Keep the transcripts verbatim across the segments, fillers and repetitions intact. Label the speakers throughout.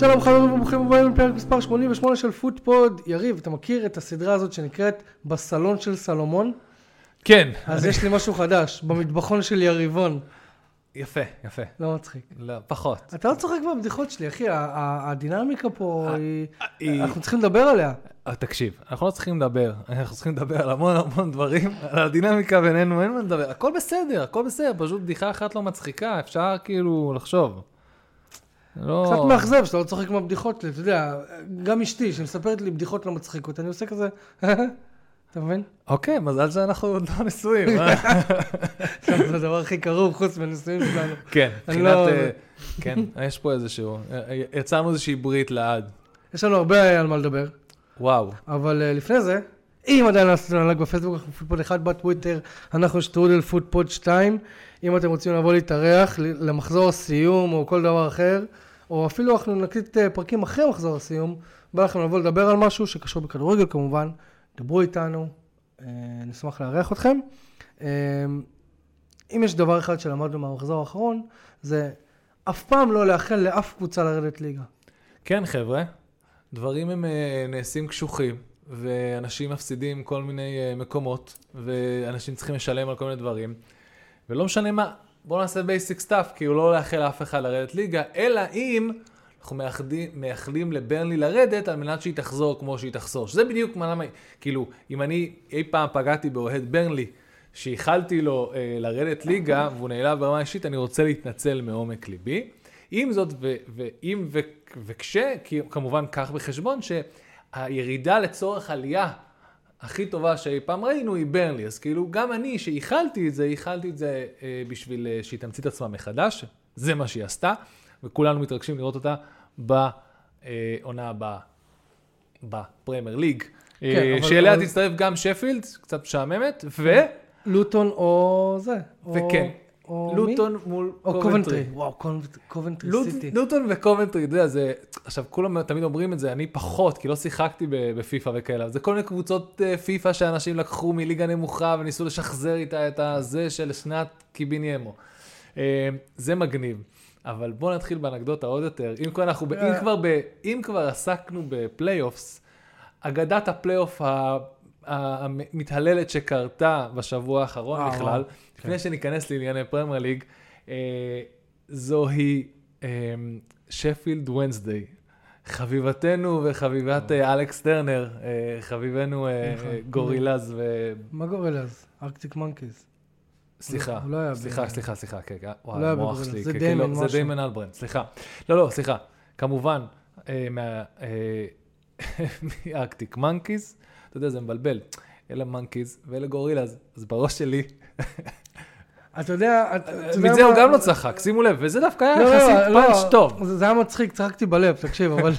Speaker 1: שלום חברים וברוכים הבאים לפרק מספר שמונים ושמונה של פוטפוד. יריב, אתה מכיר את הסדרה הזאת שנקראת בסלון של סלומון?
Speaker 2: כן.
Speaker 1: אז יש לי משהו חדש, במטבחון של יריבון.
Speaker 2: יפה, יפה.
Speaker 1: לא מצחיק.
Speaker 2: לא, פחות.
Speaker 1: אתה לא צוחק בבדיחות שלי, אחי, הדינמיקה פה היא... אנחנו צריכים לדבר עליה.
Speaker 2: תקשיב, אנחנו לא צריכים לדבר, אנחנו צריכים לדבר על המון המון דברים, על הדינמיקה בינינו, אין מה לדבר, הכל בסדר, הכל בסדר, פשוט בדיחה אחת לא מצחיקה, אפשר כאילו לחשוב.
Speaker 1: קצת מאכזב שאתה לא צוחק מהבדיחות שלי, אתה יודע, גם אשתי שמספרת לי בדיחות לא מצחיקות, אני עושה כזה, אתה מבין?
Speaker 2: אוקיי, מזל שאנחנו עוד לא נשואים.
Speaker 1: זה הדבר הכי קרוב חוץ מהנישואים שלנו.
Speaker 2: כן, מבחינת, כן, יש פה איזשהו, יצרנו איזושהי ברית לעד.
Speaker 1: יש לנו הרבה על מה לדבר.
Speaker 2: וואו.
Speaker 1: אבל לפני זה, אם עדיין לא עשיתם ללייק בפייסבוק, אנחנו פוטפוד אחד בטוויטר, אנחנו שטרודל פוטפוד שתיים. אם אתם רוצים לבוא להתארח למחזור הסיום או כל דבר אחר, או אפילו אנחנו נקליט פרקים אחרי מחזור הסיום, בא לכם לבוא לדבר על משהו שקשור בכדורגל כמובן, דברו איתנו, נשמח לארח אתכם. אם יש דבר אחד שלמדנו מהמחזור האחרון, זה אף פעם לא לאחל לאף קבוצה לרדת ליגה.
Speaker 2: כן חבר'ה, דברים הם נעשים קשוחים, ואנשים מפסידים כל מיני מקומות, ואנשים צריכים לשלם על כל מיני דברים, ולא משנה מה, בואו נעשה בייסיק סטאפ, כי הוא לא לאחל לאף אחד לרדת ליגה, אלא אם אנחנו מייחדים, מייחלים לברנלי לרדת, על מנת שהיא תחזור כמו שהיא תחזור. שזה בדיוק מה למה, כאילו, אם אני אי פעם פגעתי באוהד ברנלי, שייחלתי לו אה, לרדת ליגה, והוא נעלב ברמה אישית, אני רוצה להתנצל מעומק ליבי. עם זאת, ו- ואם ו- וכש, כי כמובן כך בחשבון, שהירידה לצורך עלייה, הכי טובה שאי פעם ראינו היא ברנלי, אז כאילו גם אני שייחלתי את זה, ייחלתי את זה אה, בשביל אה, שהיא תמציא את עצמה מחדש, זה מה שהיא עשתה, וכולנו מתרגשים לראות אותה בעונה הבאה, בפרמייר ליג, כן, אה, אבל, שאליה אבל... תצטרף גם שפילד, קצת משעממת, ו...
Speaker 1: לוטון או זה,
Speaker 2: וכן.
Speaker 1: או
Speaker 2: לוטון מול
Speaker 1: קובנטרי. וואו, קובנטרי סיטי.
Speaker 2: לוטון וקובנטרי, אתה יודע, זה, עכשיו כולם תמיד אומרים את זה, אני פחות, כי לא שיחקתי בפיפה וכאלה, זה כל מיני קבוצות פיפה שאנשים לקחו מליגה נמוכה וניסו לשחזר איתה את הזה של שנת קיביניימו. זה מגניב. אבל בואו נתחיל באנקדוטה עוד יותר. אם כבר, אנחנו, אם כבר, ב, אם כבר עסקנו בפלייאופס, אגדת הפלייאוף המתהללת שקרתה בשבוע האחרון בכלל, לפני שניכנס לענייני פרמייר ליג, זוהי שפילד ונסדיי. חביבתנו וחביבת אלכס טרנר, חביבנו גורילאז.
Speaker 1: מה גורילאז? ארקטיק מנקיז.
Speaker 2: סליחה, סליחה, סליחה, סליחה,
Speaker 1: וואי, המוח שלי. זה דיימן משהו.
Speaker 2: זה דיימן אלברן, סליחה. לא, לא, סליחה. כמובן, מארקטיק מנקיז, אתה יודע, זה מבלבל. אלה מנקיז ואלה גורילאז, אז בראש שלי...
Speaker 1: אתה יודע...
Speaker 2: מזה הוא גם לא צחק, שימו לב, וזה דווקא היה יחסית פאנץ' טוב.
Speaker 1: זה היה מצחיק, צחקתי בלב, תקשיב, אבל...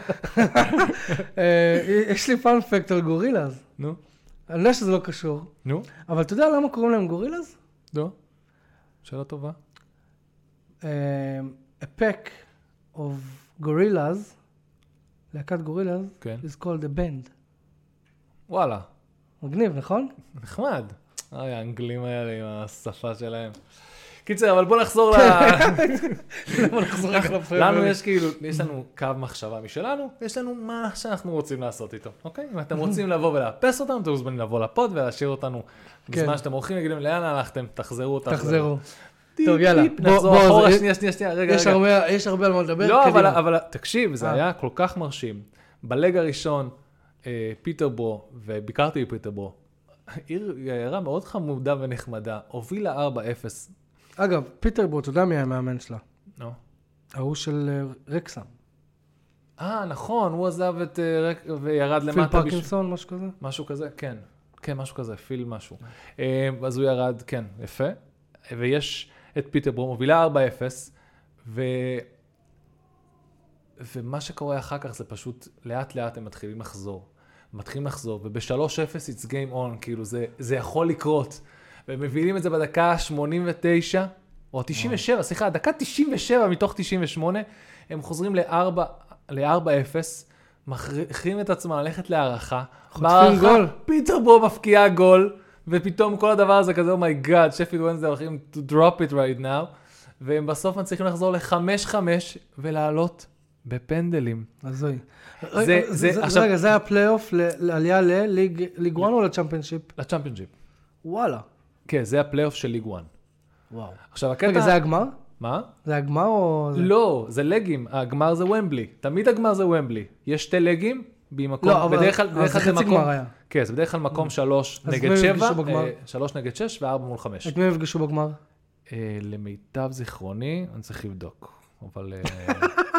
Speaker 1: יש לי פאנפקט על גורילאז.
Speaker 2: נו.
Speaker 1: אני יודע שזה לא קשור.
Speaker 2: נו.
Speaker 1: אבל אתה יודע למה קוראים להם גורילאז?
Speaker 2: לא. שאלה טובה.
Speaker 1: A pack of gorillas, להקת גורילאז, is called a band.
Speaker 2: וואלה.
Speaker 1: מגניב, נכון?
Speaker 2: נחמד. אוי, האנגלים האלה עם השפה שלהם. קיצר, אבל בוא נחזור ל...
Speaker 1: בוא נחזור רק לפרמייר.
Speaker 2: לנו יש כאילו, יש לנו קו מחשבה משלנו, יש לנו מה שאנחנו רוצים לעשות איתו, אוקיי? אם אתם רוצים לבוא ולאפס אותנו, אתם מוזמנים לבוא לפוד ולהשאיר אותנו בזמן שאתם הולכים, נגידים לאן הלכתם, תחזרו אותנו.
Speaker 1: תחזרו. טוב, יאללה.
Speaker 2: נחזור אחורה, שנייה, שנייה, שנייה, רגע, רגע.
Speaker 1: יש הרבה על מה לדבר.
Speaker 2: לא, אבל תקשיב, זה היה כל כך מרשים. בלג הראשון, פיטרבורו, וביקרתי בפיטרבורו, עיר עיירה מאוד חמודה ונחמדה, הובילה ארבע אפס.
Speaker 1: אגב, פיטרבורו, אתה יודע מי היה המאמן שלה?
Speaker 2: נו.
Speaker 1: ההוא של רקסם.
Speaker 2: אה, נכון, הוא עזב את רק... וירד למטה.
Speaker 1: פיל פרקינסון, משהו כזה?
Speaker 2: משהו כזה, כן. כן, משהו כזה, פיל משהו. אז הוא ירד, כן, יפה. ויש את פיטרבורו, מובילה ארבע אפס, ו... ומה שקורה אחר כך זה פשוט, לאט לאט הם מתחילים לחזור. מתחילים לחזור, וב-שלוש אפס it's game on, כאילו זה, זה יכול לקרות. והם מבינים את זה בדקה שמונים ותשע, או תשעים ושבע, סליחה, דקה תשעים ושבע מתוך תשעים ושמונה, הם חוזרים ל-ארבע אפס, מכריחים את עצמם ללכת להערכה.
Speaker 1: חוטפים גול.
Speaker 2: פיטרבורו מפקיע גול, ופתאום כל הדבר הזה כזה, Oh my God, שפילד ונסדיי הולכים to drop it right now, והם בסוף מצליחים לחזור ל-חמש חמש ולעלות בפנדלים.
Speaker 1: הזוי.
Speaker 2: זה- זה- עכשיו-
Speaker 1: רגע, זה היה פלייאוף לעלייה לליג ליג וואן או לצ'מפיונשיפ?
Speaker 2: לצ'מפיונשיפ.
Speaker 1: וואלה.
Speaker 2: כן, זה הפלייאוף של ליג וואן.
Speaker 1: וואו.
Speaker 2: עכשיו, הקטע...
Speaker 1: רגע, זה הגמר?
Speaker 2: מה?
Speaker 1: זה הגמר או... זה-
Speaker 2: לא, זה לגים. הגמר זה ומבלי. תמיד הגמר זה ומבלי. יש שתי לגים, במקום...
Speaker 1: לא, אבל...
Speaker 2: בדרך כלל,
Speaker 1: אז
Speaker 2: בדרך
Speaker 1: זה
Speaker 2: כלל
Speaker 1: חצי
Speaker 2: מקום-
Speaker 1: גמר היה.
Speaker 2: כן, זה בדרך כלל מקום שלוש
Speaker 1: אז
Speaker 2: נגד
Speaker 1: מי
Speaker 2: שבע,
Speaker 1: יפגשו בגמר?
Speaker 2: אה, שלוש נגד שש וארבע מול חמש.
Speaker 1: את מי הם יפגשו בגמר?
Speaker 2: אה, למיטב זיכרוני, אני צריך לבדוק, אבל אה,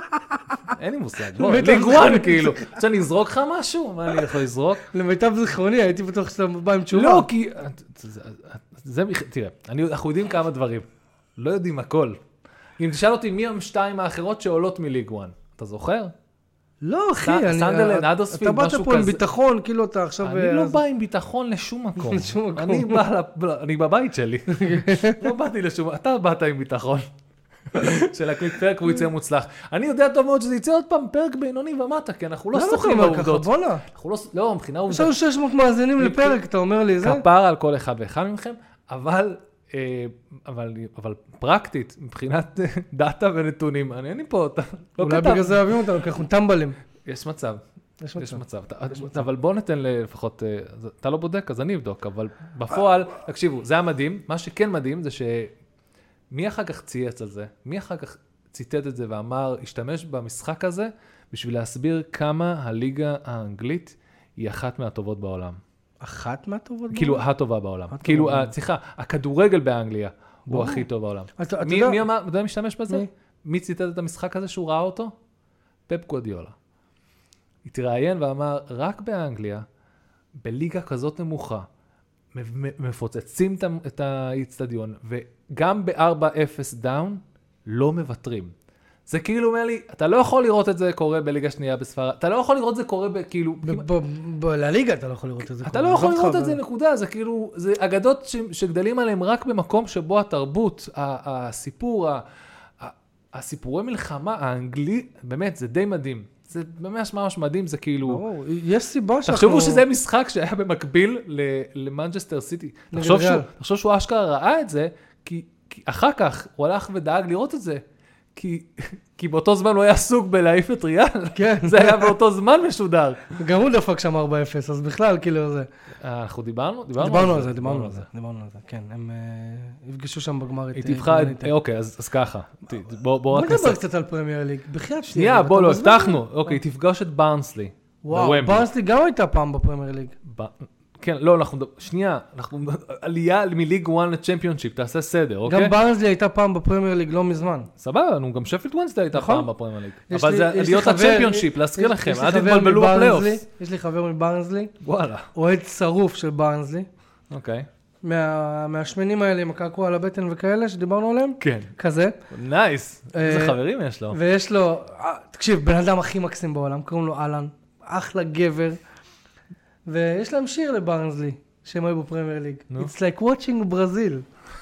Speaker 2: אין לי מושג. בוא,
Speaker 1: למיטב
Speaker 2: ליג
Speaker 1: זיכרוני.
Speaker 2: וואן כאילו. רוצה אני אזרוק לך משהו? מה אני יכול לזרוק?
Speaker 1: למיטב זיכרוני, הייתי בטוח שאתה בא עם תשובה.
Speaker 2: לא, כי... זה- זה... תראה, אני- אנחנו יודעים כמה דברים. לא יודעים הכל. אם תשאל אותי מי הם שתיים האחרות שעולות מליג וואן, אתה זוכר?
Speaker 1: לא, אחי,
Speaker 2: סנ-
Speaker 1: אני...
Speaker 2: סנדרלנד,
Speaker 1: אתה
Speaker 2: אדרספילד,
Speaker 1: באת
Speaker 2: משהו
Speaker 1: פה עם
Speaker 2: כזה.
Speaker 1: ביטחון, כאילו אתה עכשיו...
Speaker 2: אני לא
Speaker 1: אז-
Speaker 2: בא עם ביטחון לשום מקום.
Speaker 1: לשום מקום.
Speaker 2: אני בא, ל- אני בבית שלי. לא באתי לשום, אתה באת עם ביטחון. של הקליק פרק הוא יצא מוצלח. אני יודע טוב מאוד שזה יצא עוד פעם פרק בינוני ומטה, כי אנחנו לא
Speaker 1: למה אתה
Speaker 2: סוחרים
Speaker 1: אומר ככה?
Speaker 2: בעובדות.
Speaker 1: בואנה.
Speaker 2: אנחנו לא, לא, מבחינה
Speaker 1: יש
Speaker 2: עובדות.
Speaker 1: לנו שש מאות מאזינים לפרק, אתה אומר לי זה?
Speaker 2: כפר על כל אחד ואחד מכם, אבל, אה, אבל, אבל פרקטית, מבחינת דאטה ונתונים, אני אין לי פה, אתה לא
Speaker 1: אולי
Speaker 2: כתב.
Speaker 1: בגלל זה אוהבים אותנו, כי אנחנו טמבלים.
Speaker 2: יש מצב.
Speaker 1: יש
Speaker 2: יש
Speaker 1: מצב.
Speaker 2: מצב. אתה- אבל בוא ניתן לפחות, אה, אז אתה לא בודק, אז אני אבדוק, אבל בפועל, תקשיבו, זה היה מדהים. מה שכן מדהים זה שמי אחר כך צייץ על זה? מי אחר כך ציטט את זה ואמר, השתמש במשחק הזה בשביל להסביר כמה הליגה האנגלית היא אחת מהטובות בעולם.
Speaker 1: אחת מהטובות?
Speaker 2: כאילו, הטובה בעולם.
Speaker 1: הטובה
Speaker 2: כאילו,
Speaker 1: בעולם.
Speaker 2: ה- סליחה, הכדורגל באנגליה הוא
Speaker 1: ברור.
Speaker 2: הכי טוב בעולם.
Speaker 1: אתה אתה
Speaker 2: מי
Speaker 1: יודע...
Speaker 2: מי אמר, אתה יודע מי משתמש בזה?
Speaker 1: מי?
Speaker 2: מי ציטט את המשחק הזה שהוא ראה אותו? פפ גוארדיולה. התראיין ואמר, רק באנגליה, בליגה כזאת נמוכה, מ- מ- מפוצצים את ה- את האיצטדיון, וגם ב-ארבע אפס דאון, לא מוותרים. זה כאילו אומר לי, אתה לא יכול לראות את זה קורה בליגה שנייה בספרד, אתה לא יכול לראות את זה קורה בכאילו...
Speaker 1: ב- ב- ב- לליגה אתה לא יכול לראות את זה.
Speaker 2: אתה לא יכול לראות את זה, נקודה, זה כאילו, זה אגדות ש- שגדלים עליהם רק במקום שבו התרבות, ה- הסיפור, ה- ה- הסיפורי מלחמה, האנגלי, באמת, זה די מדהים. זה ממש ממש מדהים, זה כאילו...
Speaker 1: ברור, יש סיבה שאנחנו...
Speaker 2: תחשבו שזה משחק שהיה במקביל ל- למנצ'סטר סיטי.
Speaker 1: נגד
Speaker 2: תחשוב שהוא-
Speaker 1: ריאל.
Speaker 2: תחשוב שהוא אשכרה ראה את זה, כי כי אחר כך הוא הלך ודאג לראות את זה. כי כי באותו זמן הוא היה עסוק בלהעיף את ריאל.
Speaker 1: כן.
Speaker 2: זה היה באותו זמן משודר.
Speaker 1: גם הוא דפק שם ארבע אפס, אז בכלל, כאילו זה...
Speaker 2: אה, אנחנו דיברנו?
Speaker 1: דיברנו על זה, דיברנו על זה, דיברנו על זה, כן. הם אה, יפגשו שם בגמר את...
Speaker 2: היא
Speaker 1: אה,
Speaker 2: טיפחה את...
Speaker 1: יונייטד.
Speaker 2: אוקיי, אז אז ככה. ת- בוא בוא
Speaker 1: בוא
Speaker 2: רק
Speaker 1: נדבר
Speaker 2: נסיים.
Speaker 1: קצת על פרמייר ליג. בחייאת
Speaker 2: שנייה,
Speaker 1: אתה
Speaker 2: בוא לא,
Speaker 1: מזמין?
Speaker 2: הבטחנו. אוקיי, תפגוש את ברנסלי.
Speaker 1: וואו,
Speaker 2: בוומבלי.
Speaker 1: ברנסלי גם הייתה פעם בפרמייר ליג.
Speaker 2: ב- כן, לא, אנחנו... שנייה, אנחנו... עלייה מליג וואן לצ'מפיונשיפ, תעשה סדר, אוקיי?
Speaker 1: גם ברנסלי הייתה פעם בפרמייר ליג לא מזמן.
Speaker 2: סבבה, נו, גם שפילד וונסטי הייתה
Speaker 1: נכון.
Speaker 2: פעם בפרמייר ליג.
Speaker 1: יש
Speaker 2: אבל
Speaker 1: לי-
Speaker 2: זה
Speaker 1: יש לי
Speaker 2: עליות
Speaker 1: חבר-
Speaker 2: לצ'מפיונשיפ, להזכיר
Speaker 1: יש-
Speaker 2: לכם,
Speaker 1: יש לי
Speaker 2: אל
Speaker 1: חבר
Speaker 2: תתבלבלו
Speaker 1: מברנסלי,
Speaker 2: בפלייאוף.
Speaker 1: יש לי חבר מברנסלי,
Speaker 2: וואלה,
Speaker 1: אוהד שרוף של ברנסלי,
Speaker 2: אוקיי.
Speaker 1: מה- מהשמנים האלה עם הקעקוע על הבטן וכאלה שדיברנו עליהם,
Speaker 2: כן.
Speaker 1: כזה.
Speaker 2: נייס. איזה
Speaker 1: אה,
Speaker 2: חברים יש לו.
Speaker 1: ויש לו, אה, תקשיב, בן אדם הכי מקסים בעולם, קוראים לו אלן, אחלה גבר, ויש להם שיר לברנסלי, שהם היו בפרמייר ליג.
Speaker 2: נו.
Speaker 1: It's like watching Brazil.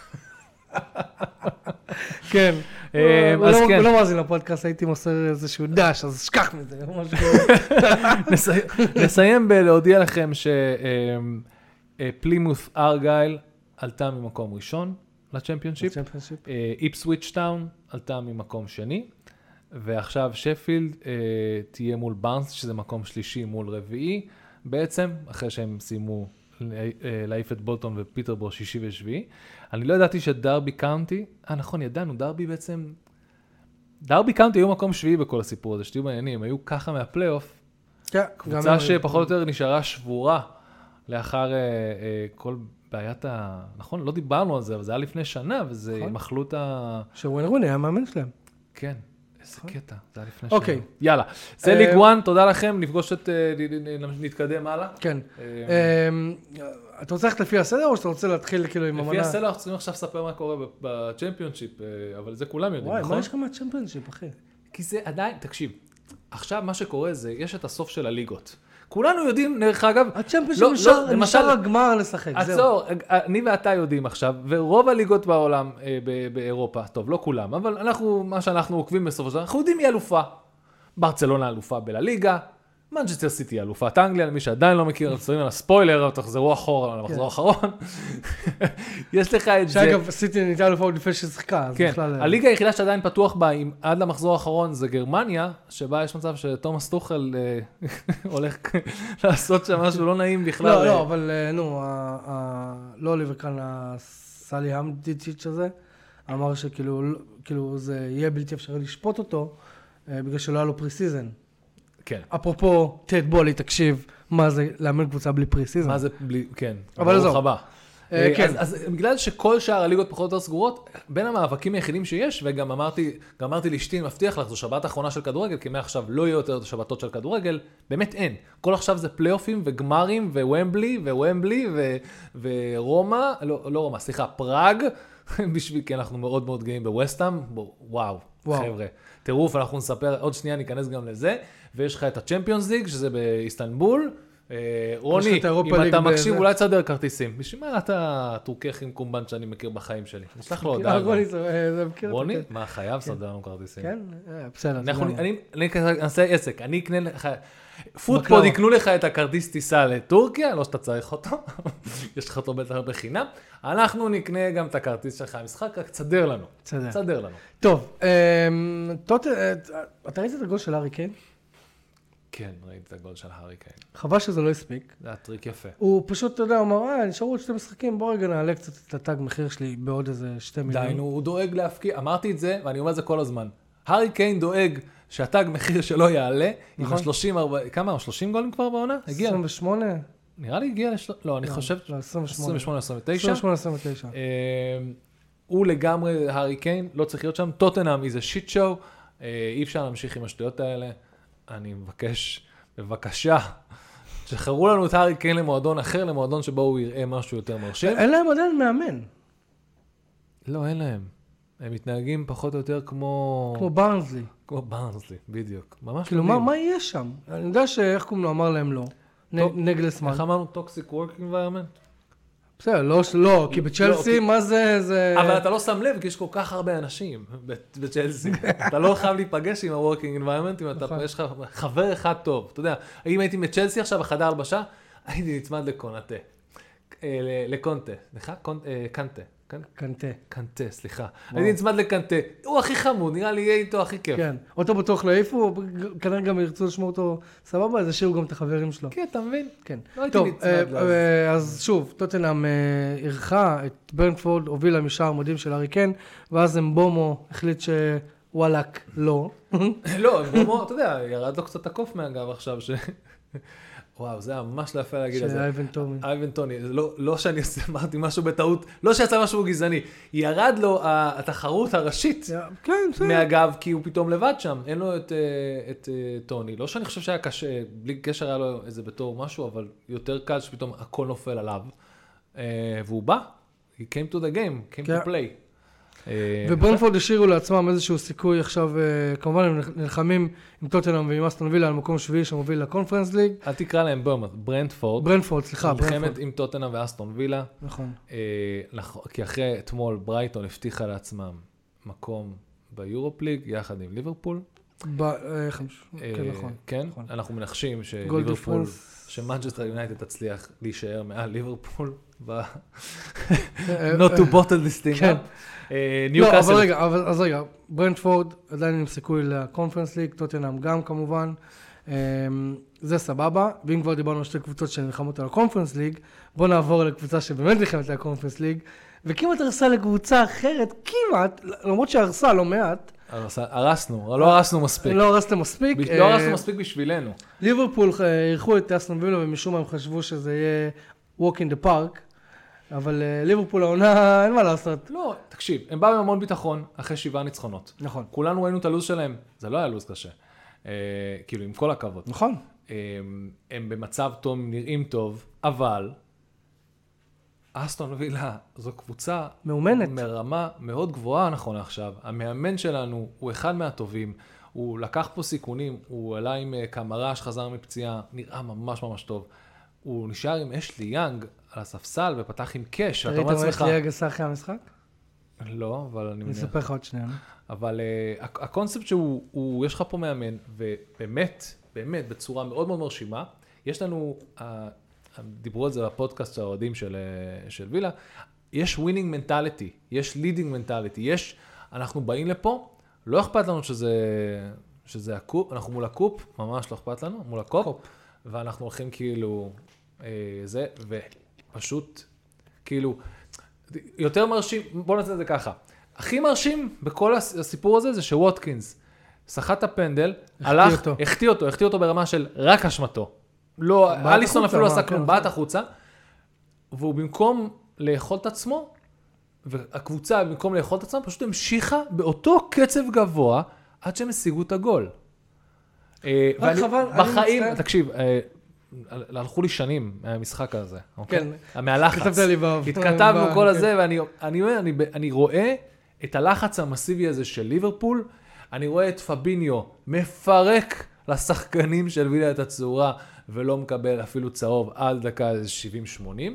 Speaker 1: כן.
Speaker 2: אה,
Speaker 1: הוא
Speaker 2: אז
Speaker 1: לא-
Speaker 2: כן.
Speaker 1: הוא לא מאזין לפודקאסט, הייתי מוסר איזשהו דש, אז שכח מזה. משהו כזה.
Speaker 2: נסיים- נסיים בלהודיע לכם שפלימות' ארגייל עלתה ממקום ראשון לצ'מפיונשיפ.
Speaker 1: צ'מפיונשיפ.
Speaker 2: איפסוויץ' טאון עלתה ממקום שני, ועכשיו שפילד אה, תהיה מול בארנס, שזה מקום שלישי מול רביעי, בעצם, אחרי שהם סיימו לה- אה, להעיף את בולטון ופיטרבורו שישי ושביעי. אני לא ידעתי שדרבי קאונטי, אה נכון, ידענו, דרבי בעצם, דרבי קאונטי היו מקום שביעי בכל הסיפור הזה, שתהיו בעניינים, היו ככה מהפלייאוף,
Speaker 1: כן, גם
Speaker 2: קבוצה
Speaker 1: הם-
Speaker 2: שפחות או יותר נשארה שבורה לאחר אה, אה, כל בעיית ה... נכון, לא דיברנו על זה, אבל זה היה לפני שנה, וזה
Speaker 1: נכון.
Speaker 2: מחלו את ה...
Speaker 1: שוויין רוני היה המאמן שלהם.
Speaker 2: כן, איזה קטע, זה היה לפני שנה.
Speaker 1: אוקיי.
Speaker 2: יאללה, זה
Speaker 1: אה,
Speaker 2: ליג וואן, תודה לכם, נפגוש את... אה, נ- נ- נתקדם הלאה.
Speaker 1: כן.
Speaker 2: אה,
Speaker 1: אמ, אתה רוצה ללכת לפי הסדר או שאתה רוצה להתחיל כאילו עם המנה?
Speaker 2: לפי הסלע אנחנו צריכים עכשיו לספר מה קורה ב- בצ'מפיונשיפ, אה, אבל זה כולם יודעים,
Speaker 1: וואי, מה
Speaker 2: נכון?
Speaker 1: יש לך מהצ'מפיונשיפ, אחי?
Speaker 2: כי זה עדיין, תקשיב, עכשיו מה שקורה זה, יש את הסוף של הליגות. כולנו יודעים, דרך אגב,
Speaker 1: הצ'מפיונשיפ
Speaker 2: לא, לא,
Speaker 1: נשאר
Speaker 2: למשל-
Speaker 1: נשאר הגמר לשחק, זהו.
Speaker 2: עצור, אני ואתה יודעים עכשיו, ורוב הליגות בעולם, אה, ב- באירופה, טוב, לא כולם, אבל אנחנו, מה שאנחנו עוקבים בסופו של דבר, אנחנו יודעים מי אלופה. ברצלונה אלופה בלליגה, מנצ'סטר סיטי, אלופת אנגליה, למי שעדיין לא מכיר, מצטרפים על הספוילר, תחזרו אחורה למחזור האחרון. יש לך את זה.
Speaker 1: שאגב, סיטי ניתה אלופה לפני ששיחקה, אז
Speaker 2: כן,
Speaker 1: בכלל...
Speaker 2: הליגה היחידה שעדיין פתוח בה, עד למחזור האחרון, זה גרמניה, שבה יש מצב שתומאס טוחל הולך לעשות שם משהו לא נעים בכלל.
Speaker 1: לא, לא, אבל נו, לא אוליבר כאן, הסלי המדיצ'יץ' הזה, אמר שכאילו זה יהיה בלתי אפשרי לשפוט אותו, בגלל שלא היה לו פרי-סיזן.
Speaker 2: כן.
Speaker 1: אפרופו, טד בולי, תקשיב, מה זה לאמן קבוצה בלי פרי-סיזן.
Speaker 2: מה זה בלי, כן.
Speaker 1: אבל זהו.
Speaker 2: הבא.
Speaker 1: כן.
Speaker 2: אז, אז בגלל שכל שאר הליגות פחות או יותר סגורות, בין המאבקים היחידים שיש, וגם אמרתי, גם אמרתי לאשתי, מבטיח לך, זו שבת האחרונה של כדורגל, כי מעכשיו לא יהיו יותר שבתות של כדורגל, באמת אין. כל עכשיו זה פלייאופים וגמרים וומבלי ווומבלי ו- ורומא, לא, לא רומא, סליחה, פראג, בשביל, כי אנחנו מאוד מאוד גאים בווסטהאם, וואו, וואו, חבר'ה. טירוף, אנחנו נספר, עוד שנייה ניכנס גם לזה, ויש לך את הצ'מפיונס ליג, שזה באיסטנבול. רוני, אם אתה מקשיב, אולי תסדר כרטיסים. בשביל מה אתה טורקח עם קומבן שאני מכיר בחיים שלי? נשלח לו הודעה. רוני, מה, חייב סדר לנו כרטיסים?
Speaker 1: כן, בסדר.
Speaker 2: אני אעשה עסק, אני אקנה לך... פוטפוד יקנו לך את הכרטיס טיסה לטורקיה, לא שאתה צריך אותו, יש לך אותו בטח בחינם. אנחנו נקנה גם את הכרטיס שלך המשחק, רק תסדר לנו. תסדר לנו.
Speaker 1: טוב, אתה ראית את הגול של הארי קיין?
Speaker 2: כן, ראיתי את הגול של הארי קיין.
Speaker 1: חבל שזה לא הספיק.
Speaker 2: זה היה טריק יפה.
Speaker 1: הוא פשוט, אתה יודע, הוא אמר, אה, נשארו עוד שתי משחקים, בוא רגע נעלה קצת את התג מחיר שלי בעוד איזה שתי מיליון.
Speaker 2: די, הוא דואג להפקיע, אמרתי את זה, ואני אומר את זה כל הזמן. הארי קיין דואג שהתג מחיר שלו יעלה, עם ה-שלושים, כמה? שלושים גולים כבר בעונה? הגיע.
Speaker 1: עשרים ושמונה?
Speaker 2: נראה לי הגיע לשלוש... לא, אני חושב...
Speaker 1: עשרים ושמונה.
Speaker 2: עשרים ושמונה עשרים ותשע.
Speaker 1: עשרים ושמונה עשרים ותשע.
Speaker 2: הוא לגמרי, הארי קיין, לא צריך להיות שם. טוטנהאם איזה שיט שואו. אי אפשר להמשיך עם השטויות האלה. אני מבקש, בבקשה, שחררו לנו את הארי קיין למועדון אחר, למועדון שבו הוא יראה משהו יותר מרשים.
Speaker 1: אין להם עדיין מאמן.
Speaker 2: לא, אין להם. הם מתנהגים פחות או יותר כמו...
Speaker 1: כמו ברנזלי.
Speaker 2: כמו ברנזלי, בדיוק. ממש
Speaker 1: כאילו, מה, מה יהיה שם? אני יודע שאיך קוראים לו אמר להם לא. נגלסמן.
Speaker 2: איך אמרנו? טוקסיק וורק אינביירמנט?
Speaker 1: בסדר, לא, לא, כי בצ'לסי, מה זה, זה...
Speaker 2: אבל אתה לא שם לב, כי יש כל כך הרבה אנשים בצ'לסי. אתה לא חייב להיפגש עם ה-working environment, אם יש לך חבר אחד טוב. אתה יודע, אם הייתי בצ'לסי עכשיו, בחדר הלבשה, הייתי נצמד לקונטה. לקונטה, סליחה? קנטה.
Speaker 1: קנטה.
Speaker 2: קנטה, סליחה. הייתי נצמד לקנטה. הוא הכי חמוד, נראה לי יהיה איתו הכי כיף.
Speaker 1: כן. אותו בטוח לא העיפו, כנראה גם ירצו לשמור אותו סבבה, אז השאירו גם את החברים שלו.
Speaker 2: כן, אתה מבין?
Speaker 1: כן.
Speaker 2: לא הייתי נצמד לזה.
Speaker 1: אז שוב, טוטנהאם אירחה את ברנפורד, הובילה משער מדהים של הארי קיין, ואז אמבומו החליט שוואלק לא.
Speaker 2: לא, אמבומו, אתה יודע, ירד לו קצת הקוף מהגב עכשיו, ש... וואו, זה היה ממש לא יפה להגיד את זה.
Speaker 1: שאייבן טוני.
Speaker 2: אייבן טוני, לא, לא שאני אמרתי משהו בטעות, לא שיצא משהו גזעני, ירד לו התחרות הראשית
Speaker 1: כן,
Speaker 2: מהגב, כי הוא פתאום לבד שם, אין לו את, את טוני. לא שאני חושב שהיה קשה, בלי קשר היה לו איזה בתור משהו, אבל יותר קל שפתאום הכל נופל עליו. והוא בא, he came to the game, came to play.
Speaker 1: וברנפורד השאירו לעצמם איזשהו סיכוי עכשיו, כמובן הם נלחמים עם טוטנהאם ועם אסטון וילה על מקום שביעי שמוביל לקונפרנס ליג.
Speaker 2: אל תקרא להם ברנפורד, ברנפורד.
Speaker 1: ברנפורד, סליחה.
Speaker 2: נלחמת עם טוטנהאם ואסטון וילה.
Speaker 1: נכון.
Speaker 2: כי אחרי אתמול ברייטון הבטיחה לעצמם מקום ביורופ ליג יחד עם ליברפול.
Speaker 1: כן, נכון.
Speaker 2: כן, אנחנו מנחשים שליברפול, שמנצ'סטר יונייטד תצליח להישאר מעל ליברפול. not to bottle this thing up.
Speaker 1: לא, אבל רגע, אז רגע, ברנטפורד עדיין עם סיכוי לקונפרנס ליג, טוטנהאם גם כמובן, זה סבבה, ואם כבר דיברנו על שתי קבוצות שנלחמות על הקונפרנס ליג, בוא נעבור לקבוצה שבאמת נלחמת על הקונפרנס ליג, וכמעט הרסה לקבוצה אחרת, כמעט, למרות שהרסה לא מעט.
Speaker 2: הרסנו, לא הרסנו מספיק.
Speaker 1: לא הרסתם מספיק.
Speaker 2: לא הרסנו מספיק בשבילנו.
Speaker 1: ליברפול אירחו את אסטון וילה, ומשום מה הם חשבו שזה יהיה walk in the park, אבל ליברפול העונה, אין מה לעשות.
Speaker 2: לא, תקשיב, הם באו עם המון ביטחון אחרי שבעה ניצחונות.
Speaker 1: נכון.
Speaker 2: כולנו ראינו את הלוז שלהם, זה לא היה לוז קשה. כאילו, עם כל הכבוד.
Speaker 1: נכון.
Speaker 2: הם במצב טוב, נראים טוב, אבל אסטון וילה זו קבוצה
Speaker 1: מאומנת.
Speaker 2: מרמה מאוד גבוהה נכון עכשיו. המאמן שלנו הוא אחד מהטובים, הוא לקח פה סיכונים, הוא עלה עם קמרה שחזר מפציעה, נראה ממש ממש טוב. הוא נשאר עם אשלי יאנג על הספסל ופתח עם קש.
Speaker 1: ראית מה אשלי יאנג עשה אחרי המשחק?
Speaker 2: לא, אבל אני מניח.
Speaker 1: אני אספר לך עוד שנייה.
Speaker 2: אבל uh, הקונספט שהוא, הוא, יש לך פה מאמן, ובאמת, באמת בצורה מאוד מאוד מרשימה. יש לנו, דיברו על זה בפודקאסט האוהדים של, של וילה, יש winning mentality, יש leading mentality, יש, אנחנו באים לפה, לא אכפת לנו שזה, שזה הקופ, אנחנו מול הקופ, ממש לא אכפת לנו, מול הקופ, קופ. ואנחנו הולכים כאילו, אה, זה, ופשוט, כאילו, יותר מרשים, בוא נעשה את זה ככה, הכי מרשים בכל הסיפור הזה זה שווטקינס, שחט הפנדל, הלך, החטיא אותו, החטיא אותו ברמה של רק אשמתו. לא, אליסון אפילו עשה כלום, באת החוצה, והוא במקום לאכול את עצמו, והקבוצה במקום לאכול את עצמה, פשוט המשיכה באותו קצב גבוה, עד שהם השיגו את הגול. בחיים, תקשיב, הלכו לי שנים מהמשחק הזה. כן. מהלחץ. התכתבנו כל הזה, ואני רואה את הלחץ המסיבי הזה של ליברפול, אני רואה את פביניו מפרק לשחקנים של וילה את הצורה, ולא מקבל אפילו צהוב עד דקה שבעים שמונים.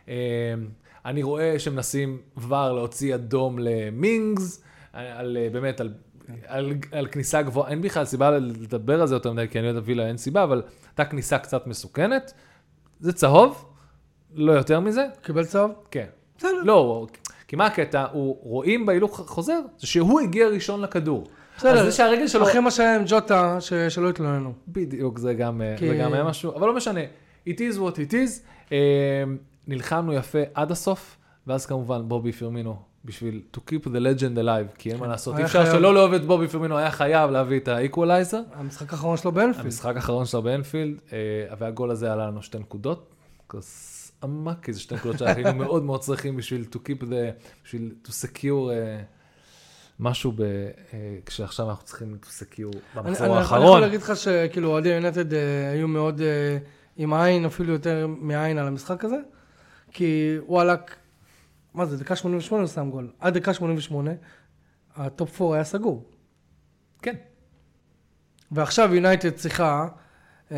Speaker 2: אני רואה שמנסים כבר להוציא אדום למינגס, על, באמת על, על, על כניסה גבוהה, אין בכלל סיבה לדבר על זה יותר מדי, כי אני יודעת וילה אין סיבה, אבל הייתה כניסה קצת מסוכנת. זה צהוב, לא יותר מזה.
Speaker 1: קיבל צהוב?
Speaker 2: כן. לא, כי מה הקטע? הוא רואים בהילוך חוזר, זה שהוא הגיע ראשון לכדור.
Speaker 1: בסדר, זה שהרגל שלו... אחרי מה שהיה עם ג'וטה, שלא התלוננו.
Speaker 2: בדיוק, זה גם, זה גם היה משהו, אבל לא משנה. It is what it is. נלחמנו יפה עד הסוף, ואז כמובן בובי פרמינו, בשביל to keep the legend alive, כי אין מה לעשות. אי אפשר שלא לאהוב את בובי פרמינו, היה חייב להביא את האיקוולייזר.
Speaker 1: המשחק האחרון שלו באנפילד.
Speaker 2: המשחק האחרון שלו באנפילד, והגול הזה עלה לנו שתי נקודות. עמק, כי זה שתי נקודות שהיינו מאוד מאוד צריכים בשביל to keep the, בשביל to secure משהו ב... כשעכשיו אנחנו צריכים to secure במחזור האחרון.
Speaker 1: אני יכול להגיד לך שכאילו, אוהדי יונייטד היו מאוד עם עין, אפילו יותר מעין על המשחק הזה, כי וואלק, מה זה, דקה שמונים ושמונה הוא שם גול. עד דקה שמונים ושמונה, הטופ ארבע היה סגור.
Speaker 2: כן.
Speaker 1: ועכשיו יונייטד צריכה אה,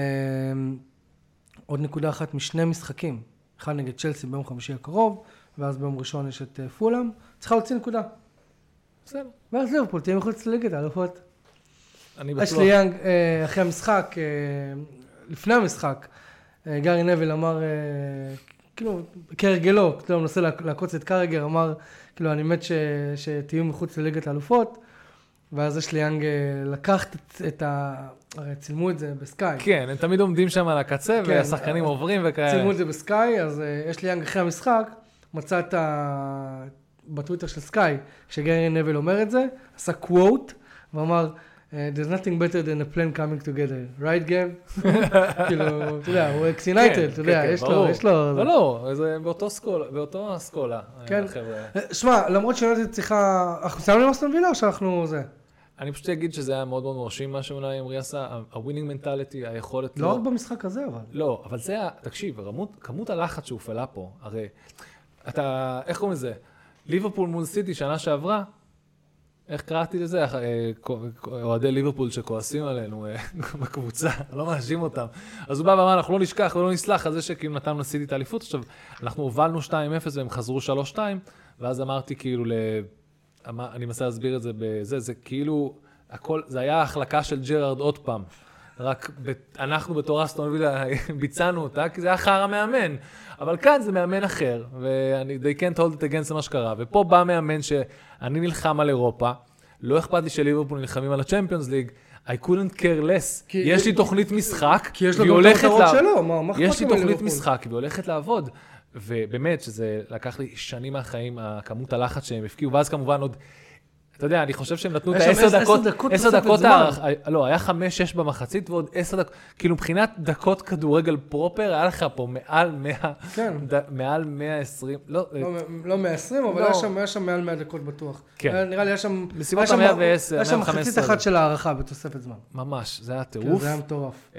Speaker 1: עוד נקודה אחת משני משחקים. אחד נגד צ'לסי ביום חמישי הקרוב, ואז ביום ראשון יש את פולאם. צריכה להוציא נקודה. בסדר. ואז ליברפול תהיה מחוץ לליגת האלופות.
Speaker 2: אני בטוח.
Speaker 1: אשלי יאנג, אה, אחרי המשחק, אה, לפני המשחק, אה, גארי נביל אמר... אה, כאילו, כהרגלו, כאילו, הוא מנסה לעקוץ את קרגר, אמר, כאילו, אני מת ש... שתהיו מחוץ לליגת האלופות, ואז יש לי יאנג לקחת את, את ה... הרי צילמו את זה בסקאי.
Speaker 2: כן, הם תמיד עומדים שם על הקצה, כן, והשחקנים עוברים וכאלה.
Speaker 1: צילמו את זה בסקאי, אז יש לי יאנג אחרי המשחק, מצא את ה... בטוויטר של סקאי, כשגארי נבל אומר את זה, עשה קווט, ואמר, there's nothing better than a plan coming together, right, Gav? כאילו, אתה יודע, הוא אקס-יונייטד, אתה יודע, יש לו, יש לו...
Speaker 2: לא, לא, זה באותו סקולה, באותו אסכולה.
Speaker 1: כן. שמע, למרות שיונייטד צריכה... אנחנו שמנו למאסטון וילה או שאנחנו זה?
Speaker 2: אני פשוט אגיד שזה היה מאוד מאוד מרשים מה שאולי אמרי עשה, ה-winning mentality, היכולת...
Speaker 1: לא רק במשחק הזה, אבל.
Speaker 2: לא, אבל זה, תקשיב, כמות הלחץ שהופעלה פה, הרי, אתה, איך קוראים לזה? ליברפול מול סיטי שנה שעברה, איך קראתי לזה? אוהדי ליברפול שכועסים עלינו בקבוצה, לא מאשים אותם. אז הוא בא ואמר, אנחנו לא נשכח ולא נסלח על זה שכאילו נתנו לסיטי את האליפות. עכשיו, אנחנו הובלנו שתיים אפס והם חזרו שלוש שתיים, ואז אמרתי כאילו, אני מנסה להסביר את זה בזה, זה כאילו, הכל, זה היה ההחלקה של ג'רארד עוד פעם. רק אנחנו בתור אסטון וילה ביצענו אותה, כי זה היה חרא מאמן. אבל כאן זה מאמן אחר, ואני, they can't hold it against מה שקרה. ופה בא מאמן שאני נלחם על אירופה, לא אכפת לי שליברפול נלחמים על הצ'מפיונס ליג, I couldn't care less. יש לי תוכנית משחק,
Speaker 1: כי יש לו גם את המטרות שלו, מה אכפת לי
Speaker 2: יש לי תוכנית משחק, והיא הולכת לעבוד. ובאמת, שזה לקח לי שנים מהחיים, כמות הלחץ שהם הפקיעו, ואז כמובן עוד... אתה יודע, אני חושב שהם נתנו את העשר דקות, עשר דקות, לא, היה חמש, שש במחצית, ועוד עשר דקות, כאילו מבחינת דקות כדורגל פרופר, היה לך פה מעל מאה, מעל מאה ועשרים, לא,
Speaker 1: לא מאה ועשרים, אבל היה שם מעל מאה דקות בטוח. נראה לי, היה שם,
Speaker 2: בסביבות מאה ועשר,
Speaker 1: היה שם מחצית אחת של הערכה בתוספת זמן.
Speaker 2: ממש, זה היה טירוף.
Speaker 1: זה היה מטורף.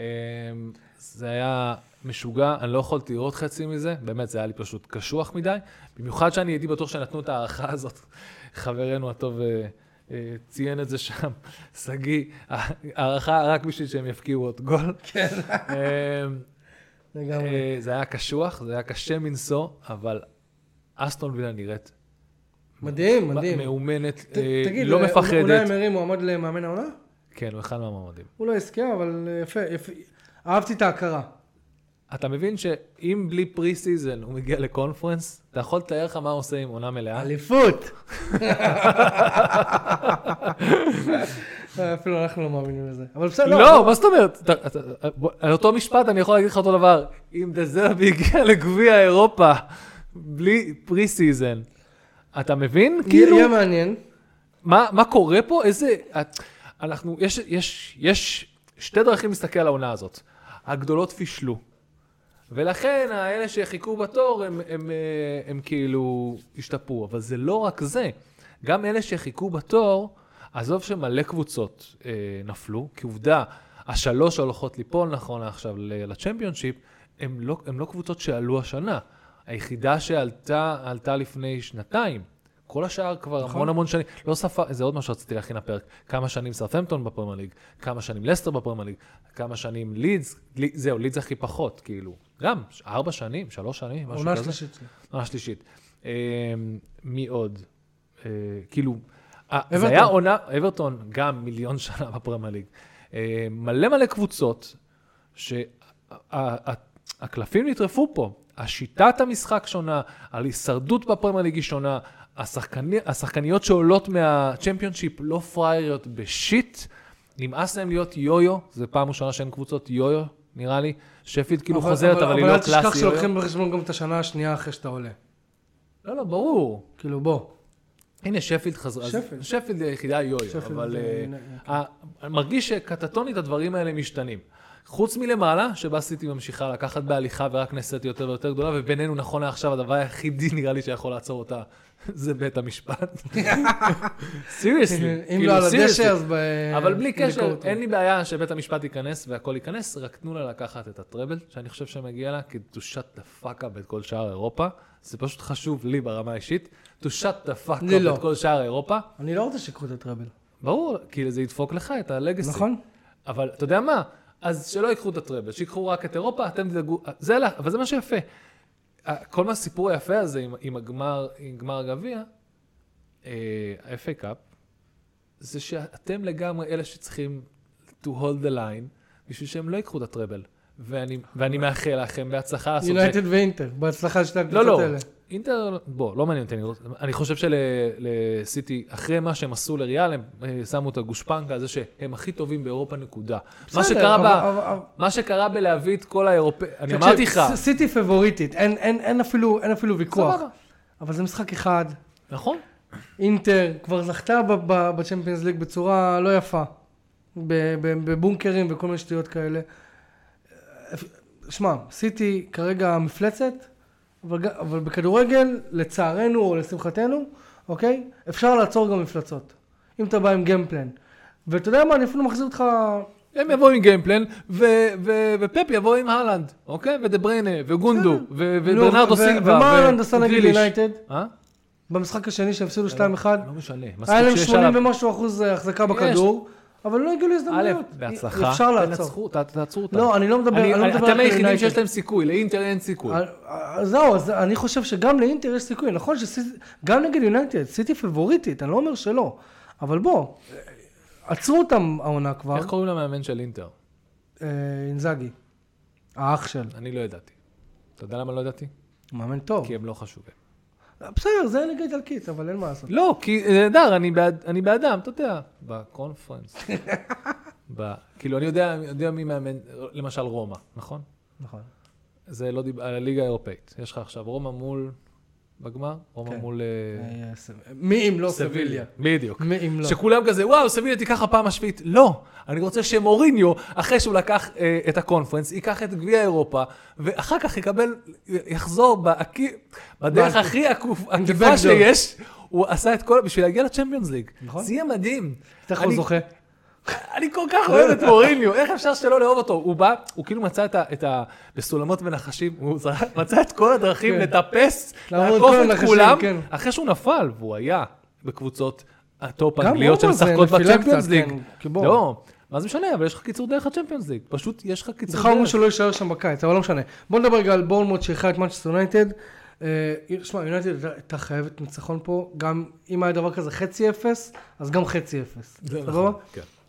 Speaker 2: זה היה משוגע, אני לא יכולתי לראות חצי מזה, באמת זה היה לי פשוט קשוח מדי, במיוחד שאני הייתי בטוח שנתנו את הערכה הזאת. חברנו הטוב ציין את זה שם, סגי, הערכה רק בשביל שהם יפקיעו עוד גול.
Speaker 1: כן.
Speaker 2: זה היה קשוח, זה היה קשה מנסוע, אבל אסטון וילה נראית
Speaker 1: מדהים, מדהים.
Speaker 2: מאומנת, לא מפחדת.
Speaker 1: אולי מרי מועמד למאמן העונה?
Speaker 2: כן, הוא אחד מהמועמדים.
Speaker 1: הוא לא יזכה, אבל יפה, יפה. אהבתי את ההכרה.
Speaker 2: אתה מבין שאם בלי פרי סיזן הוא מגיע לקונפרנס, אתה יכול לתאר לך מה הוא עושה עם עונה מלאה?
Speaker 1: אליפות! אפילו אנחנו לא מאמינים לזה. אבל בסדר, לא.
Speaker 2: לא, מה זאת אומרת? על אותו משפט אני יכול להגיד לך אותו דבר. אם דזרבי הגיע לגביע אירופה בלי פרי סיזן, אתה מבין?
Speaker 1: יהיה מעניין.
Speaker 2: מה קורה פה? איזה... אנחנו, יש, יש, יש שתי דרכים להסתכל על העונה הזאת. הגדולות פישלו. ולכן האלה שחיכו בתור הם, הם, הם כאילו השתפרו. אבל זה לא רק זה. גם אלה שחיכו בתור, עזוב שמלא קבוצות אה, נפלו, כי עובדה, השלוש הולכות ליפול נכון עכשיו לצ'מפיונשיפ, הם לא, הם לא קבוצות שעלו השנה. היחידה שעלתה, עלתה לפני שנתיים. כל השאר כבר המון המון שנים, לא ספר, זה עוד מה שרציתי להכין הפרק, כמה שנים סאות'המפטון בפרמייר ליג, כמה שנים לסטר בפרמייר ליג, כמה שנים לידס, זהו, לידס הכי פחות, כאילו, גם, ארבע שנים, שלוש שנים, משהו כזה.
Speaker 1: עונה שלישית.
Speaker 2: עונה שלישית. מי עוד? כאילו, זה היה עונה, אברטון, גם מיליון שנה בפרמייר ליג. מלא מלא קבוצות, שהקלפים נטרפו פה, השיטת המשחק שונה, על הישרדות בפרמייר ליג היא שונה, השחקני, השחקניות שעולות מהצ'מפיונשיפ לא פרייריות בשיט, נמאס להם להיות יו-יו, זה פעם ראשונה שאין קבוצות יו-יו, נראה לי, שפילד כאילו חוזרת, אבל, אבל היא לא קלאסי יו-יו. אבל אל תשכח
Speaker 1: שלוקחים בחשבון גם את השנה השנייה אחרי שאתה עולה.
Speaker 2: לא, לא, ברור.
Speaker 1: כאילו בוא.
Speaker 2: הנה, שפילד חזרה. שפילד. שפילד יחידה יו-יו, אבל מרגיש שקטטונית הדברים האלה משתנים. חוץ מלמעלה, שבה סיטי ממשיכה לקחת בהליכה ורק נסית יותר ויותר גדולה, ובינינו נכון עכשיו, הדבר היחידי נראה לי שיכול לעצור אותה, זה בית המשפט. סיריוסלי.
Speaker 1: אם לא על הדשא, אז ב...
Speaker 2: אבל בלי קשר, אין לי בעיה שבית המשפט ייכנס והכל ייכנס, רק תנו לה לקחת את הטראבל, שאני חושב שמגיע לה, כי to shut the fuck up את כל שער אירופה, זה פשוט חשוב לי ברמה האישית, to shut the fuck up את כל שער אירופה.
Speaker 1: אני לא רוצה שיקחו את הטראבל.
Speaker 2: ברור, כי זה ידפוק לך את הלגסי.
Speaker 1: נכון.
Speaker 2: אבל אתה יודע מה? אז שלא ייקחו את הטראבל, שיקחו רק את אירופה, אתם תדאגו, זה לה, אבל זה מה שיפה. כל מה הסיפור היפה הזה עם, עם הגמר, עם גמר הגביע, ה-אף איי Cup, זה שאתם לגמרי אלה שצריכים to hold the line, בשביל שהם לא ייקחו את הטראבל. ואני, ואני מאחל לכם בהצלחה לעשות...
Speaker 1: יונייטד ואינטר, בהצלחה שתי הקבוצות
Speaker 2: האלה.
Speaker 1: לא, לא.
Speaker 2: אינטר, בוא, לא מעניין אותי, אני חושב שלסיטי, אחרי מה שהם עשו לריאל, הם שמו את הגושפנקה, זה שהם הכי טובים באירופה נקודה. מה שקרה בלהביא את כל האירופאים, אני אמרתי לך.
Speaker 1: סיטי פבוריטית, אין אפילו ויכוח. אבל זה משחק אחד.
Speaker 2: נכון.
Speaker 1: אינטר כבר זכתה בצ'מפיונס ליג בצורה לא יפה. בבונקרים וכל מיני שטויות כאלה. שמע, סיטי כרגע מפלצת, אבל, אבל בכדורגל, לצערנו או לשמחתנו, אוקיי? אפשר לעצור גם מפלצות. אם אתה בא עם גיימפלן. ואתה יודע מה, אני אפילו מחזיר אותך...
Speaker 2: הם יבואו עם גיימפלן, ופפ יבוא עם הלנד, אוקיי? ודבריינה, וגונדו, וברנרדו סילבה,
Speaker 1: ומה הלנד עשה נגד יונייטד?
Speaker 2: אה?
Speaker 1: במשחק השני שהפסידו שתיים אחד.
Speaker 2: לא משנה.
Speaker 1: היה להם שמונים ומשהו אחוז החזקה בכדור. אבל לא הגיעו להזדמנויות.
Speaker 2: בהצלחה.
Speaker 1: אפשר לעצור.
Speaker 2: תעצרו אותם.
Speaker 1: לא, אני לא מדבר על יונייטד.
Speaker 2: אתם היחידים שיש להם סיכוי, לאינטר אין סיכוי.
Speaker 1: זהו, אז אני חושב שגם לאינטר יש סיכוי. נכון שגם נגד יונייטד, סיטי פבוריטית, אני לא אומר שלא. אבל בוא, עצרו אותם העונה כבר.
Speaker 2: איך קוראים למאמן של אינטר?
Speaker 1: אינזאגי. האח של.
Speaker 2: אני לא ידעתי. אתה יודע למה לא ידעתי?
Speaker 1: מאמן טוב.
Speaker 2: כי הם לא חשובים.
Speaker 1: בסדר, זה ליגה איטלקית, אבל אין מה לעשות.
Speaker 2: לא, כי נהדר, אני באדם, אתה יודע, בקונפרנס. כאילו, אני יודע מי מאמן, למשל רומא, נכון?
Speaker 1: נכון.
Speaker 2: זה לא דיבר, הליגה האירופאית. יש לך עכשיו רומא מול, בגמר? רומא מול...
Speaker 1: מי אם לא סביליה.
Speaker 2: בדיוק.
Speaker 1: מי אם לא.
Speaker 2: שכולם כזה, וואו, סביליה תיקח הפעם השביעית. לא, אני רוצה שמוריניו, אחרי שהוא לקח את הקונפרנס, ייקח את גביע אירופה, ואחר כך יקבל, יחזור בדרך הכי עקיפה שיש, הוא עשה את כל, בשביל להגיע לצ'מפיונס ליג. זה יהיה מדהים.
Speaker 1: איך הוא זוכה?
Speaker 2: אני כל כך אוהב את מוריניו, איך אפשר שלא לאהוב אותו? הוא בא, הוא כאילו מצא את ה... בסולמות ונחשים, הוא מצא את כל הדרכים לטפס, לעקוף את כולם, אחרי שהוא נפל, והוא היה בקבוצות הטופ האנגליות שמשחקות בצ'מפיונס ליג. לא, מה זה משנה? אבל יש לך קיצור דרך הצ'מפיונס ליג. פשוט יש לך קיצור דרך.
Speaker 1: זכרנו הוא שלא יישאר שם בקיץ, אבל לא משנה. בוא נדבר רגע על בורנמוט שאירחה את מנצ'סטר יונייטד. שמע, יונייטד הייתה חייבת ניצחון פה, גם אם היה דבר כזה חצי אפס, אז גם חצי אפס.
Speaker 2: זה נכון, כן.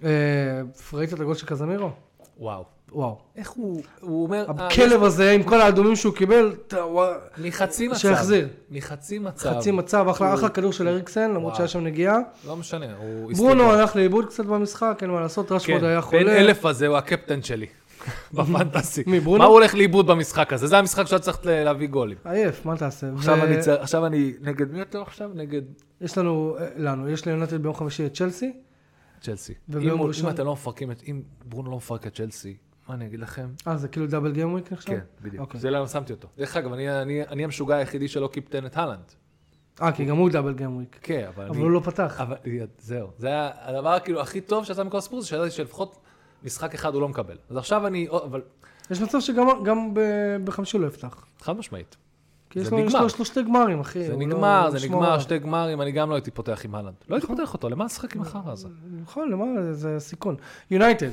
Speaker 1: ראית את הגול של קזמירו?
Speaker 2: וואו.
Speaker 1: וואו.
Speaker 2: איך הוא, הוא אומר...
Speaker 1: הכלב הזה, עם כל האדומים שהוא קיבל,
Speaker 2: מחצי מצב.
Speaker 1: שיחזיר.
Speaker 2: מחצי מצב.
Speaker 1: חצי מצב, אחלה כדור של אריקסן, למרות שהיה שם נגיעה.
Speaker 2: לא משנה, הוא...
Speaker 1: ברונו הלך לאיבוד קצת במשחק, אין מה לעשות, רשפורד היה חולה.
Speaker 2: בן אלף הזה הוא הקפטן שלי. בפנטסי.
Speaker 1: מי, ברונו?
Speaker 2: מה הוא הולך לאיבוד במשחק הזה? זה המשחק שאתה צריך להביא גולים.
Speaker 1: עייף, מה תעשה?
Speaker 2: עכשיו אני... נגד מי אתה עכשיו? נגד...
Speaker 1: יש לנו, לנו, יש ליונטד ביום חמישי את צ'לסי.
Speaker 2: צ'לסי. אם אתם לא מפרקים את... אם ברונו לא מפרק את צ'לסי, מה אני אגיד לכם?
Speaker 1: אה, זה כאילו דאבל גיים וויק עכשיו?
Speaker 2: כן, בדיוק. זה למה שמתי אותו. דרך אגב, אני המשוגע היחידי שלא קיפטן את הלנד.
Speaker 1: אה, כי גם הוא דאבל גיים וויק.
Speaker 2: כן, אבל...
Speaker 1: אבל הוא לא פתח.
Speaker 2: זהו. זה היה הדבר כאילו הכי טוב שיצא מכל הסיפור, זה שידעתי שלפחות משחק אחד הוא לא מקבל. אז עכשיו אני...
Speaker 1: יש מצב שגם בחמישי הוא לא יפתח.
Speaker 2: חד משמעית.
Speaker 1: כי יש לו שתי גמרים, אחי.
Speaker 2: זה נגמר, זה נגמר, שתי גמרים, אני גם לא הייתי פותח עם הלנד. לא הייתי פותח אותו, למה לשחק עם החרא הזה?
Speaker 1: נכון, למה? זה סיכון. יונייטד.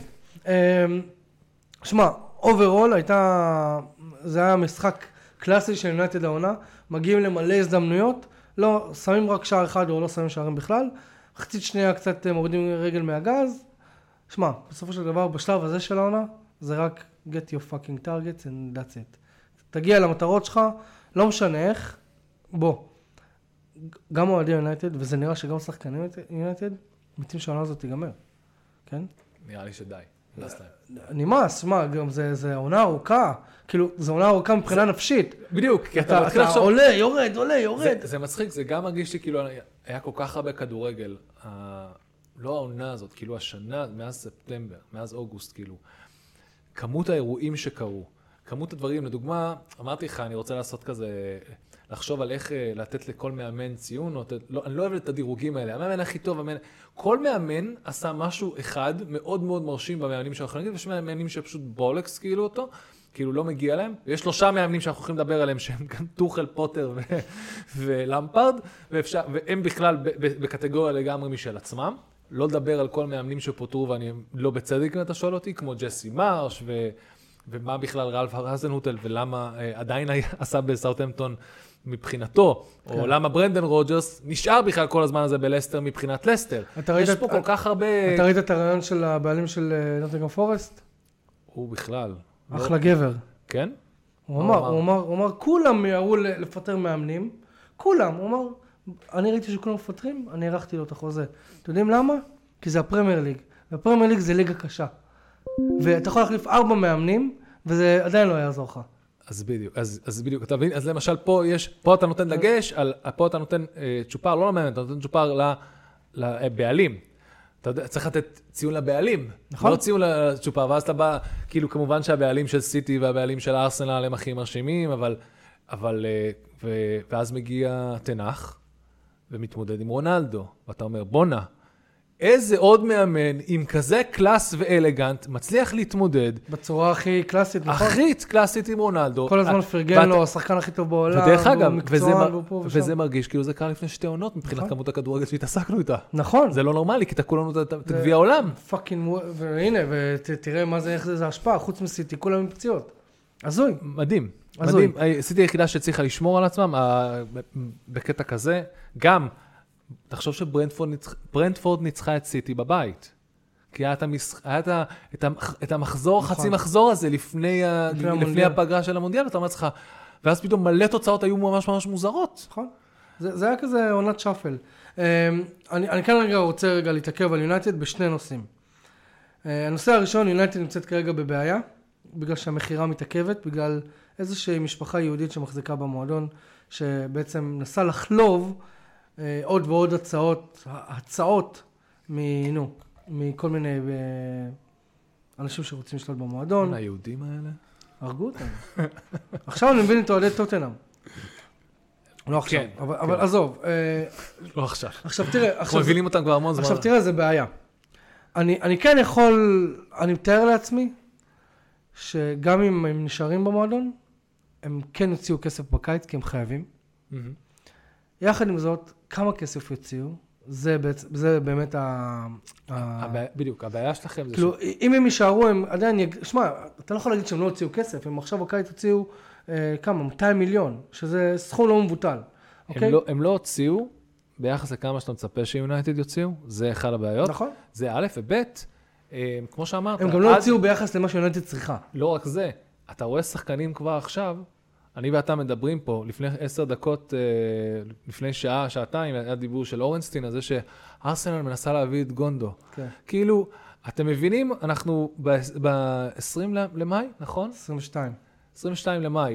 Speaker 1: שמע, אוברול הייתה, זה היה משחק קלאסי של יונייטד העונה, מגיעים למלא הזדמנויות, לא, שמים רק שער אחד או לא שמים שערים בכלל, חצית שנייה קצת מורידים רגל מהגז, שמע, בסופו של דבר, בשלב הזה של העונה, זה רק get your fucking targets and that's it. תגיע למטרות שלך, לא משנה איך, בוא. גם אוהדי יונייטד, וזה נראה שגם שחקנים יונייטד, מתים שהעונה הזאת תיגמר, כן?
Speaker 2: נראה לי שדי.
Speaker 1: נמאס, מה, גם זה עונה ארוכה, כאילו, זה עונה ארוכה מבחינה נפשית.
Speaker 2: בדיוק, כי אתה
Speaker 1: מתחיל לחשוב... עולה, יורד, עולה, יורד.
Speaker 2: זה מצחיק, זה גם מרגיש לי כאילו, היה כל כך הרבה כדורגל, לא העונה הזאת, כאילו השנה, מאז ספטמבר, מאז אוגוסט, כאילו, כמות האירועים שקרו, כמות הדברים, לדוגמה, אמרתי לך, אני רוצה לעשות כזה, לחשוב על איך לתת לכל מאמן ציון, או, לא, אני לא אוהב את הדירוגים האלה, המאמן הכי טוב, המאמן, כל מאמן עשה משהו אחד מאוד מאוד מרשים במאמנים שאנחנו נגיד, ויש מאמנים שפשוט בולקס כאילו אותו, כאילו לא מגיע להם, ויש שלושה מאמנים שאנחנו יכולים לדבר עליהם, שהם גם טוחל, פוטר ו- ולמפרד, ואפשר, והם בכלל ב- ב- בקטגוריה לגמרי משל עצמם, לא לדבר על כל מאמנים שפוטרו, ואני לא בצדק אם אתה שואל אותי, כמו ג'סי מרש, ו- ומה בכלל רלף הרזנהוטל, ולמה אה, עדיין היה, עשה בסאות'המפטון מבחינתו, כן. או למה ברנדן רוג'רס נשאר בכלל כל הזמן הזה בלסטר מבחינת לסטר. יש פה את, כל כך הרבה...
Speaker 1: אתה ראית את הרעיון של הבעלים של נוטינגהאם פורסט?
Speaker 2: הוא בכלל.
Speaker 1: אחלה לא... גבר.
Speaker 2: כן?
Speaker 1: הוא אמר, הוא אמר, הוא אמר, כולם יראו לפטר מאמנים, כולם, הוא אמר, אני ראיתי שכולם מפטרים, אני ערכתי לו את החוזה. אתם יודעים למה? כי זה הפרמייר ליג. והפרמייר ליג זה ליגה קשה. ואתה יכול להחליף ארבע מאמנים, וזה עדיין לא יעזור לך.
Speaker 2: אז בדיוק, אז, אז בדיוק, אתה מבין? אז למשל פה יש, פה אתה נותן דגש, על, פה אתה נותן אה, צ'ופר, לא למאמן, אתה נותן צ'ופר לבעלים. אתה יודע, צריך לתת ציון לבעלים, נכון? לא ציון לצ'ופר, ואז אתה בא, כאילו כמובן שהבעלים של סיטי והבעלים של ארסנל הם הכי מרשימים, אבל, אבל, ו, ואז מגיע תנח, ומתמודד עם רונלדו, ואתה אומר, בונה, איזה עוד מאמן עם כזה קלאס ואלגנט מצליח להתמודד.
Speaker 1: בצורה הכי קלאסית, נכון?
Speaker 2: הכי קלאסית עם רונלדו.
Speaker 1: כל הזמן פרגן לו, השחקן הכי טוב בעולם.
Speaker 2: ודרך אגב, וזה מרגיש כאילו זה קרה לפני שתי עונות מבחינת כמות הכדורגל שהתעסקנו איתה.
Speaker 1: נכון.
Speaker 2: זה לא נורמלי, כי תקעו לנו את גביע העולם.
Speaker 1: פאקינג, והנה, ותראה מה זה, איך זה השפעה, חוץ מסיטי, כולם עם פציעות. הזוי.
Speaker 2: מדהים. מדהים. סיטי היחידה שצריכה לשמור על עצמם, בקטע כזה, גם תחשוב שברנטפורד ניצחה את סיטי בבית. כי היה את המחזור, חצי מחזור הזה לפני הפגרה של המונדיאל, ואתה אומר לך, ואז פתאום מלא תוצאות היו ממש ממש מוזרות.
Speaker 1: נכון. זה היה כזה עונת שפל. אני כאן רגע רוצה רגע להתעכב על יונייטד בשני נושאים. הנושא הראשון, יונייטד נמצאת כרגע בבעיה, בגלל שהמחירה מתעכבת, בגלל איזושהי משפחה יהודית שמחזיקה במועדון, שבעצם נסה לחלוב עוד ועוד הצעות, הצעות מנו, מכל מיני אנשים שרוצים לשלוט במועדון.
Speaker 2: היהודים האלה?
Speaker 1: הרגו אותם. עכשיו אני מבין את אוהדי טוטנהאם. לא עכשיו, אבל עזוב.
Speaker 2: לא עכשיו.
Speaker 1: עכשיו תראה.
Speaker 2: אנחנו מבינים אותם כבר המון זמן.
Speaker 1: עכשיו תראה, זה בעיה. אני כן יכול, אני מתאר לעצמי, שגם אם הם נשארים במועדון, הם כן יוציאו כסף בקיץ, כי הם חייבים. יחד עם זאת, כמה כסף יוציאו, זה, בעצם, זה באמת ה...
Speaker 2: הבעיה, בדיוק, הבעיה שלכם זה
Speaker 1: כאילו, ש... אם הם יישארו, הם עדיין, שמע, אתה לא יכול להגיד שהם לא הוציאו כסף, הם עכשיו בקיץ הוציאו אה, כמה, מאתיים מיליון, שזה סכום לא מבוטל.
Speaker 2: הם,
Speaker 1: אוקיי?
Speaker 2: לא, הם לא הוציאו, ביחס לכמה שאתה מצפה שיונייטד יוציאו, זה אחד הבעיות.
Speaker 1: נכון.
Speaker 2: זה א' וב', כמו שאמרת...
Speaker 1: הם גם לא הוציאו ביחס למה שיונייטד צריכה.
Speaker 2: לא רק זה, אתה רואה שחקנים כבר עכשיו, אני ואתה מדברים פה, לפני עשר דקות, לפני שעה, שעתיים, היה דיבור של אורנסטין, על זה שארסנל מנסה להביא את גונדו. כן. כאילו, אתם מבינים, אנחנו ב-עשרים למאי, נכון?
Speaker 1: עשרים ושתיים.
Speaker 2: עשרים ושתיים למאי.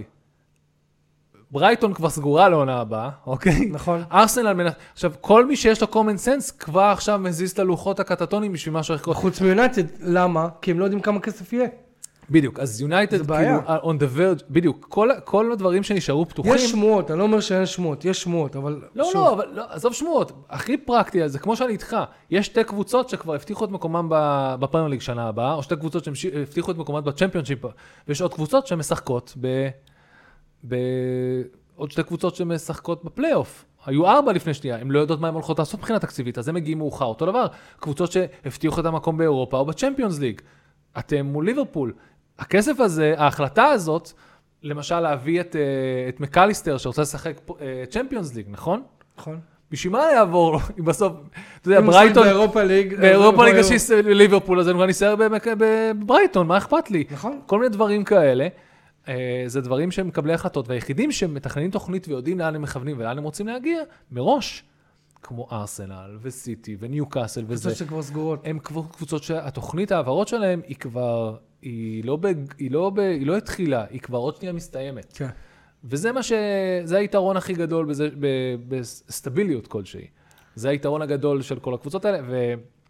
Speaker 2: ברייטון כבר סגורה לעונה הבאה, אוקיי?
Speaker 1: נכון.
Speaker 2: ארסנל מנס... עכשיו, כל מי שיש לו common sense, כבר עכשיו מזיז את הלוחות הקטטונים בשביל משהו איך קורה.
Speaker 1: חוץ מיונייטד, למה? כי הם לא יודעים כמה כסף יהיה.
Speaker 2: בדיוק, אז יונייטד כאילו, on the verge, בדיוק, כל, כל הדברים שנשארו פתוחים...
Speaker 1: יש שמועות, אני לא אומר שאין שמועות, יש שמועות, אבל...
Speaker 2: לא, שוב. לא, אבל, לא, עזוב שמועות, הכי פרקטי, זה כמו שאני איתך, יש שתי קבוצות שכבר הבטיחו את מקומם בפרמייר ליג שנה הבאה, או שתי קבוצות שהבטיחו את מקומם בצ'מפיונשיפ, ויש עוד קבוצות שמשחקות ב... ב... עוד שתי קבוצות שמשחקות בפלייאוף. היו ארבע לפני שנייה, הם לא יודעות מה הם הולכות לעשות מבחינה תקציבית, אז הם מגיעים מאוחר, אותו דבר, קבוצות שהבטיחו את המקום באירופה או בצ'מפיונס ליג. אתם מול ליברפול. הכסף הזה, ההחלטה הזאת, למשל להביא את, את מקליסטר שרוצה לשחק צ'מפיונס ליג, נכון?
Speaker 1: נכון.
Speaker 2: בשביל מה יעבור לו? אם בסוף, אתה יודע, ברייטון...
Speaker 1: באירופה ליג...
Speaker 2: באירופה ליג עשיס ליברפול, אז אני כבר ניסייר בברייטון, מה אכפת לי?
Speaker 1: נכון.
Speaker 2: כל מיני דברים כאלה. זה דברים שהם מקבלי החלטות, והיחידים שמתכננים תוכנית ויודעים לאן הם מכוונים ולאן הם רוצים להגיע, מראש, כמו ארסנל וסיטי וניוקאסל וזה.
Speaker 1: קבוצות שכבר סגורות.
Speaker 2: הם כבר קבוצות שהתוכנית העברות שלהם היא כבר, היא לא, ב, היא לא, ב, היא לא התחילה, היא כבר עוד שנייה מסתיימת.
Speaker 1: כן.
Speaker 2: וזה מה ש... זה היתרון הכי גדול בזה, ב, בסטביליות כלשהי. זה היתרון הגדול של כל הקבוצות האלה, ו...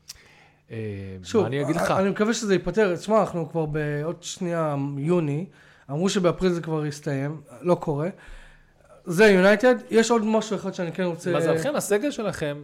Speaker 1: שוב, אני אגיד לך. אני מקווה שזה ייפטר. תשמע, אנחנו כבר בעוד שנייה יוני, אמרו שבאפריל זה כבר יסתיים, לא קורה. זה יונייטד, יש עוד משהו אחד שאני כן רוצה...
Speaker 2: מזלכם, הסגל שלכם,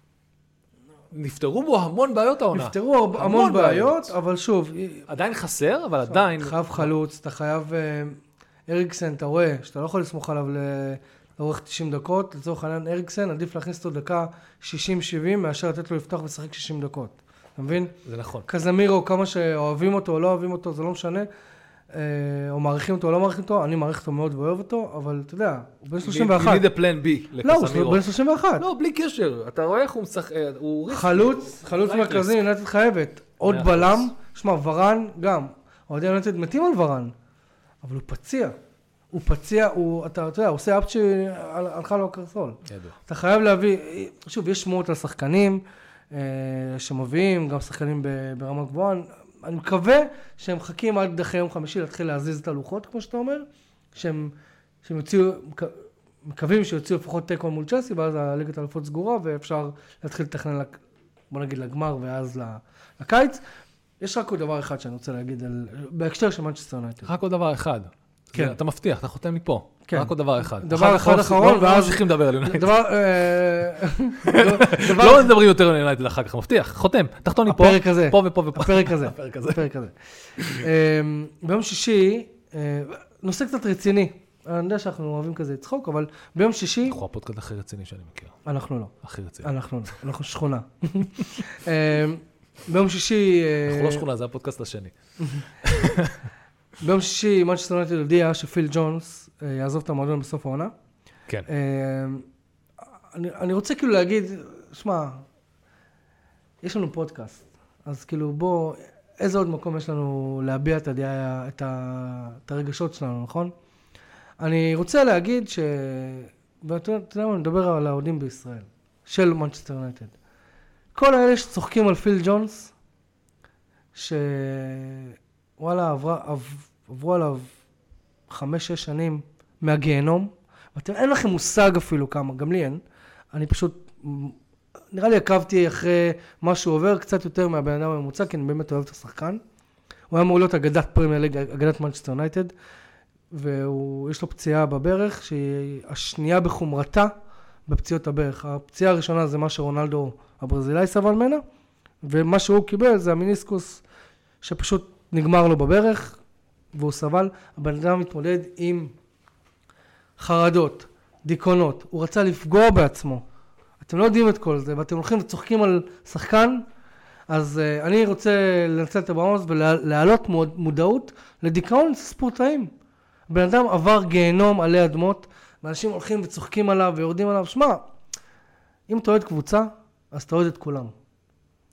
Speaker 2: נפתרו בו המון בעיות העונה.
Speaker 1: נפתרו המון, המון בעיות, בעיות, אבל שוב...
Speaker 2: עדיין חסר, אבל שוב, עדיין...
Speaker 1: חייב חלוץ, אתה חייב... אריקסן, אתה רואה שאתה לא יכול לסמוך עליו לאורך תשעים דקות, לצורך העניין אריקסן, עדיף להכניס אותו דקה שישים שבעים, מאשר לתת לו לפתוח ולשחק שישים דקות. אתה מבין?
Speaker 2: זה נכון.
Speaker 1: קזמירו, כמה שאוהבים אותו או לא אוהבים אותו, זה לא משנה. או מעריכים אותו או לא מעריכים אותו, אני מעריך אותו מאוד ואוהב אותו, אבל אתה יודע, הוא בן שלושים ואחת.
Speaker 2: You need a plan B
Speaker 1: לא, הוא בן שלושים ואחת.
Speaker 2: לא, בלי קשר, אתה רואה איך הוא משחק, הוא...
Speaker 1: חלוץ, חלוץ מרכזי, יונייטד חייבת. עוד בלם, שמע, ורן גם. אוהדי יונייטד מתים על ורן, אבל הוא פציע. הוא פציע, אתה יודע, הוא עושה אפצ'י, הלכה לו הקרסול. אתה חייב להביא, שוב, יש שמועות על שחקנים שמביאים, גם שחקנים ברמה גבוהה, אני מקווה שהם מחכים עד אחרי יום חמישי להתחיל להזיז את הלוחות, כמו שאתה אומר, שהם, שהם יוציאו, מקווים שיוציאו לפחות תיקו מול צ'לסי, ואז הליגת האלופות סגורה, ואפשר להתחיל לתכנן, בוא נגיד, לגמר, ואז לקיץ. יש רק עוד דבר אחד שאני רוצה להגיד, על, בהקשר של מנצ'סטר יונייטד.
Speaker 2: רק עוד דבר אחד. כן. אתה מבטיח, אתה חותם מפה.
Speaker 1: כן.
Speaker 2: רק עוד דבר אחד.
Speaker 1: דבר אחד אחרון,
Speaker 2: ואז... לא ממשיכים לדבר על יונייטד.
Speaker 1: דבר...
Speaker 2: לא מדברים יותר על יונייטד אחר כך, מבטיח, חותם. תחתון לי פה,
Speaker 1: הפרק הזה.
Speaker 2: פה ופה ופה.
Speaker 1: הפרק הזה.
Speaker 2: הפרק הזה.
Speaker 1: הפרק הזה. ביום שישי, נושא קצת רציני. אני יודע שאנחנו אוהבים כזה לצחוק, אבל ביום שישי...
Speaker 2: אנחנו הפודקאסט הכי רציני שאני מכיר.
Speaker 1: אנחנו לא.
Speaker 2: הכי רציני.
Speaker 1: אנחנו לא. אנחנו שכונה. ביום שישי...
Speaker 2: אנחנו לא שכונה, זה הפודקאסט השני.
Speaker 1: ביום שישי, מנצ'סטר יונייטד הודיע שפיל ג'ונס יעזוב את המועדון בסוף העונה.
Speaker 2: כן.
Speaker 1: אני, אני רוצה כאילו להגיד, שמע, יש לנו פודקאסט, אז כאילו בוא, איזה עוד מקום יש לנו להביע את הדעה, את, ה, את הרגשות שלנו, נכון? אני רוצה להגיד ש... ואתה יודע מה, נדבר על האוהדים בישראל, של מנצ'סטר יונייטד. כל האלה שצוחקים על פיל ג'ונס, ש... וואלה, עברה, עברו עליו חמש, שש שנים מהגיהנום, ואתם אין לכם מושג אפילו כמה, גם לי אין. אני פשוט, נראה לי עקבתי אחרי מה שהוא עובר, קצת יותר מהבן אדם הממוצע, כי אני באמת אוהב את השחקן. הוא היה אמור להיות אגדת פרמייר ליג, אגדת מנצ'סטר יונייטד, ויש לו פציעה בברך, שהיא השנייה בחומרתה בפציעות הברך. הפציעה הראשונה זה מה שרונלדו הברזילאי סבל ממנה, ומה שהוא קיבל זה המיניסקוס שפשוט נגמר לו בברך, והוא סבל. הבן אדם מתמודד עם חרדות, דיכאונות. הוא רצה לפגוע בעצמו. אתם לא יודעים את כל זה, ואתם הולכים וצוחקים על שחקן, אז uh, אני רוצה לנצל את הבמה ולהעלות מודעות לדיכאון ספורטאים. הבן אדם עבר גיהנום עלי אדמות, ואנשים הולכים וצוחקים עליו ויורדים עליו. שמע, אם אתה אוהד קבוצה, אז אתה אוהד את כולם.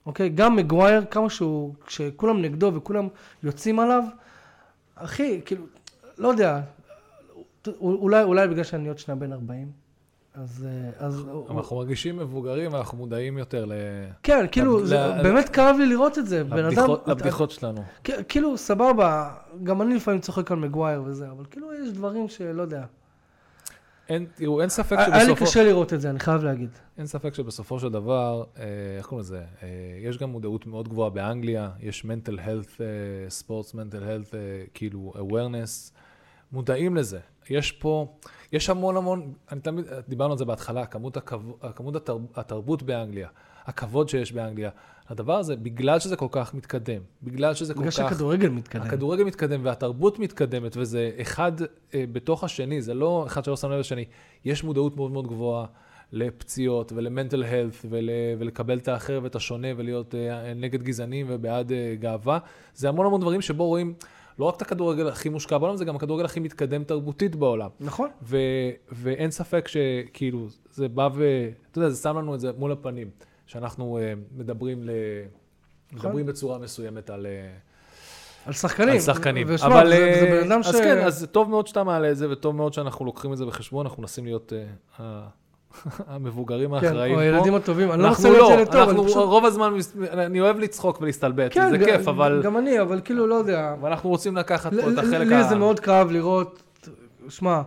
Speaker 1: אוקיי? גם מגווייר, כמה שהוא, כשכולם נגדו וכולם יוצאים עליו, אחי, כאילו, לא יודע, אולי, אולי בגלל שאני עוד שנה בין ארבעים, אז... אז
Speaker 2: אנחנו הוא... מרגישים מבוגרים ואנחנו מודעים יותר ל...
Speaker 1: כן, כאילו,
Speaker 2: ל...
Speaker 1: זה
Speaker 2: ל...
Speaker 1: באמת כאב לי לראות את זה.
Speaker 2: לבדיחות, אדם, לבדיחות את... שלנו.
Speaker 1: כאילו, סבבה, גם אני לפעמים צוחק על מגווייר וזה, אבל כאילו יש דברים שלא יודע.
Speaker 2: אין, תראו, אין ספק שבסופו...
Speaker 1: היה לי קשה לראות את זה, אני חייב להגיד.
Speaker 2: אין ספק שבסופו של דבר, איך קוראים לזה? יש גם מודעות מאוד גבוהה באנגליה, יש mental health, sports mental health, כאילו awareness, מודעים לזה. יש פה, יש המון המון, אני תמיד, דיברנו על זה בהתחלה, כמות, הכבוד, כמות התרב, התרבות באנגליה, הכבוד שיש באנגליה. הדבר הזה, בגלל שזה כל כך מתקדם, בגלל שזה כל
Speaker 1: בגלל
Speaker 2: כך...
Speaker 1: בגלל שהכדורגל מתקדם.
Speaker 2: הכדורגל מתקדם והתרבות מתקדמת, וזה אחד אה, בתוך השני, זה לא אחד שלא שם לב לשני. יש מודעות מאוד מאוד גבוהה לפציעות ולמנטל הלת' ול, ולקבל את האחר ואת השונה ולהיות אה, נגד גזענים ובעד אה, גאווה. זה המון המון דברים שבו רואים לא רק את הכדורגל הכי מושקע בעולם, זה גם הכדורגל הכי מתקדם תרבותית בעולם. נכון. ו, ואין ספק שכאילו זה בא ו... אתה יודע, זה שם לנו את זה מול הפנים. שאנחנו uh, מדברים, ל... מדברים בצורה מסוימת על...
Speaker 1: על שחקנים.
Speaker 2: על שחקנים.
Speaker 1: ושמע,
Speaker 2: אבל...
Speaker 1: זה, זה בן אדם
Speaker 2: אז
Speaker 1: ש...
Speaker 2: כן, אז טוב מאוד שאתה מעלה את זה, וטוב מאוד שאנחנו לוקחים את זה בחשבון, אנחנו מנסים להיות uh, המבוגרים האחראים פה.
Speaker 1: כן, או הילדים הטובים. אני לא רוצה
Speaker 2: להיות
Speaker 1: ילד טוב,
Speaker 2: אנחנו רוב הזמן, אני אוהב לצחוק ולהסתלבט, זה כיף, אבל...
Speaker 1: גם אני, אבל כאילו לא יודע.
Speaker 2: ואנחנו רוצים לקחת פה את החלק ה...
Speaker 1: לי זה מאוד כאב לראות, שמע...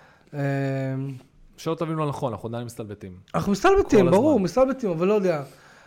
Speaker 2: שלא תבינו נכון, אנחנו עדיין מסתלבטים.
Speaker 1: אנחנו מסתלבטים, ברור, מסתלבטים, אבל לא יודע.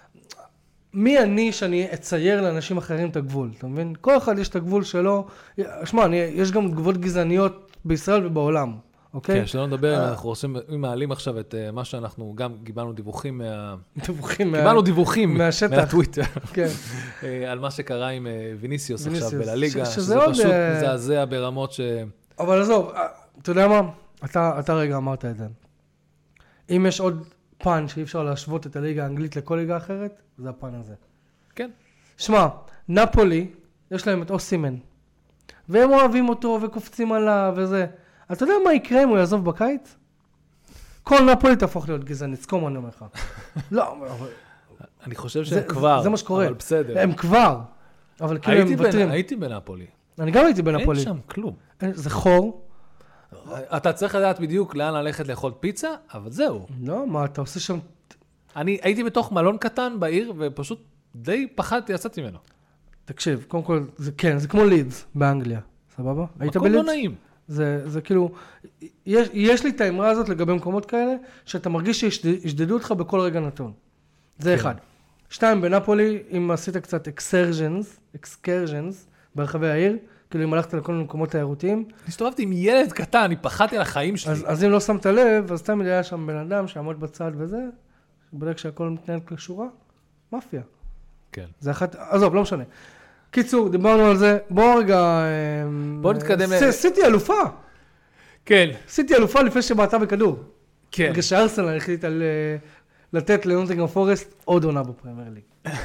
Speaker 1: מי אני שאני אצייר לאנשים אחרים את הגבול, אתה מבין? כל אחד יש את הגבול שלו. שמע, יש גם תגובות גזעניות בישראל ובעולם, אוקיי?
Speaker 2: כן, שלא נדבר, אנחנו עושים, מעלים עכשיו את מה שאנחנו גם קיבלנו דיווחים מה...
Speaker 1: דיווחים מה...
Speaker 2: קיבלנו דיווחים
Speaker 1: מהשטח.
Speaker 2: מהטוויטר.
Speaker 1: כן.
Speaker 2: על מה שקרה עם ויניסיוס עכשיו בלליגה, שזה
Speaker 1: עוד...
Speaker 2: פשוט מזעזע ברמות ש...
Speaker 1: אבל עזוב, אתה יודע מה? אתה, אתה רגע אמרת את זה. אם יש עוד פן שאי אפשר להשוות את הליגה האנגלית לכל ליגה אחרת, זה הפן הזה.
Speaker 2: כן.
Speaker 1: שמע, נפולי, יש להם את אוסימן, והם אוהבים אותו וקופצים עליו וזה. אתה יודע מה יקרה אם הוא יעזוב בקיץ? כל נפולי תהפוך להיות גזענית, סכום אני אומר לך. לא, אבל...
Speaker 2: אני חושב שהם כבר,
Speaker 1: זה מה שקורה.
Speaker 2: אבל בסדר.
Speaker 1: הם כבר, אבל כאילו הם מבטרים.
Speaker 2: הייתי בנפולי.
Speaker 1: אני גם הייתי בנפולי.
Speaker 2: אין שם כלום.
Speaker 1: זה חור.
Speaker 2: אתה צריך לדעת בדיוק לאן ללכת לאכול פיצה, אבל זהו.
Speaker 1: לא, מה, אתה עושה שם...
Speaker 2: אני הייתי בתוך מלון קטן בעיר, ופשוט די פחדתי, יצאתי ממנו.
Speaker 1: תקשיב, קודם כל, זה כן, זה כמו לידס באנגליה, סבבה? היית בלידס?
Speaker 2: מקום לא נעים.
Speaker 1: זה, זה כאילו, יש, יש לי את האמרה הזאת לגבי מקומות כאלה, שאתה מרגיש שישדדו אותך בכל רגע נתון. זה כן. אחד. שתיים, בנפולי, אם עשית קצת אקסרז'נס, אקסקרז'נס, ברחבי העיר, כאילו אם הלכת לכל מיני מקומות תיירותיים.
Speaker 2: אני הסתובבתי עם ילד קטן, אני פחדתי על החיים שלי.
Speaker 1: אז, אז אם לא שמת לב, אז תמיד היה שם בן אדם שעמוד בצד וזה, בדרך שהכל מתנהל כשורה, מאפיה.
Speaker 2: כן.
Speaker 1: זה אחת, עזוב, לא משנה. קיצור, דיברנו על זה, בואו רגע...
Speaker 2: בואו נתקדם...
Speaker 1: סיטי אלופה.
Speaker 2: כן.
Speaker 1: סיטי אלופה לפני שבעטה בכדור.
Speaker 2: כן.
Speaker 1: בגלל שארסנל החליטה לתת לנוטינגהאם פורסט עוד עונה בפרמייר ליג.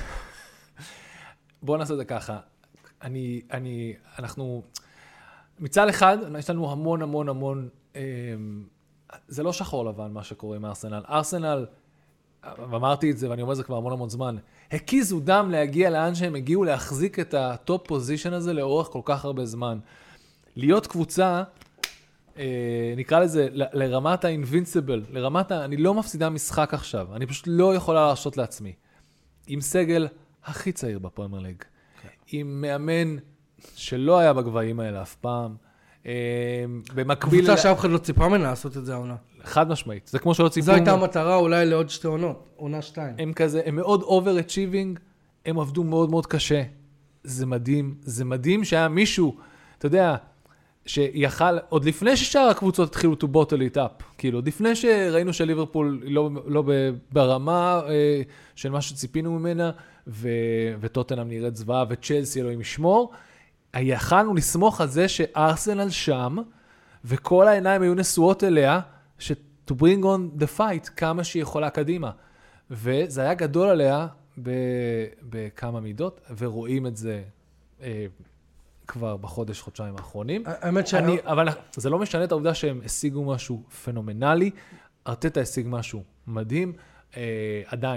Speaker 2: בואו נעשה את זה ככה. אני, אני, אנחנו... מצד אחד, יש לנו המון המון המון... זה לא שחור לבן מה שקורה עם ארסנל. ארסנל, ואמרתי את זה ואני אומר את זה כבר המון המון זמן, הקיזו דם להגיע לאן שהם הגיעו להחזיק את הטופ פוזישן הזה לאורך כל כך הרבה זמן. להיות קבוצה, אה, נקרא לזה, ל- לרמת האינבינסיבל, לרמת ה... אני לא מפסידה משחק עכשיו, אני פשוט לא יכולה להרשות לעצמי. עם סגל הכי צעיר בפרמייר ליג, okay. עם מאמן שלא היה בגבהים האלה אף פעם, במקביל...
Speaker 1: קבוצה שאף אחד לא ציפה ממנה לעשות את זה העונה.
Speaker 2: חד משמעית. זה כמו שלא ציפו...
Speaker 1: זו הייתה המטרה אולי לעוד שתי עונות, עונה שתיים.
Speaker 2: הם כזה, הם מאוד overachieving, הם עבדו מאוד מאוד קשה. זה מדהים, זה מדהים שהיה מישהו, אתה יודע, שיכל, עוד לפני ששאר הקבוצות התחילו to bottle it up, כאילו, עוד לפני שראינו שליברפול לא, לא ברמה של מה שציפינו ממנה, ו, וטוטנהאם נראית זוועה, וצ'לסי אלוהים ישמור, יכלנו לסמוך על זה שארסנל שם, וכל העיניים היו נשואות אליה, ש- to bring on the fight, כמה שהיא יכולה קדימה. וזה היה גדול עליה ב- בכמה מידות, ורואים את זה אה, כבר בחודש, חודשיים האחרונים.
Speaker 1: האמת ש...
Speaker 2: אני, אבל זה לא משנה את העובדה שהם השיגו משהו פנומנלי, ארטטה השיג משהו מדהים, אה, עדיין.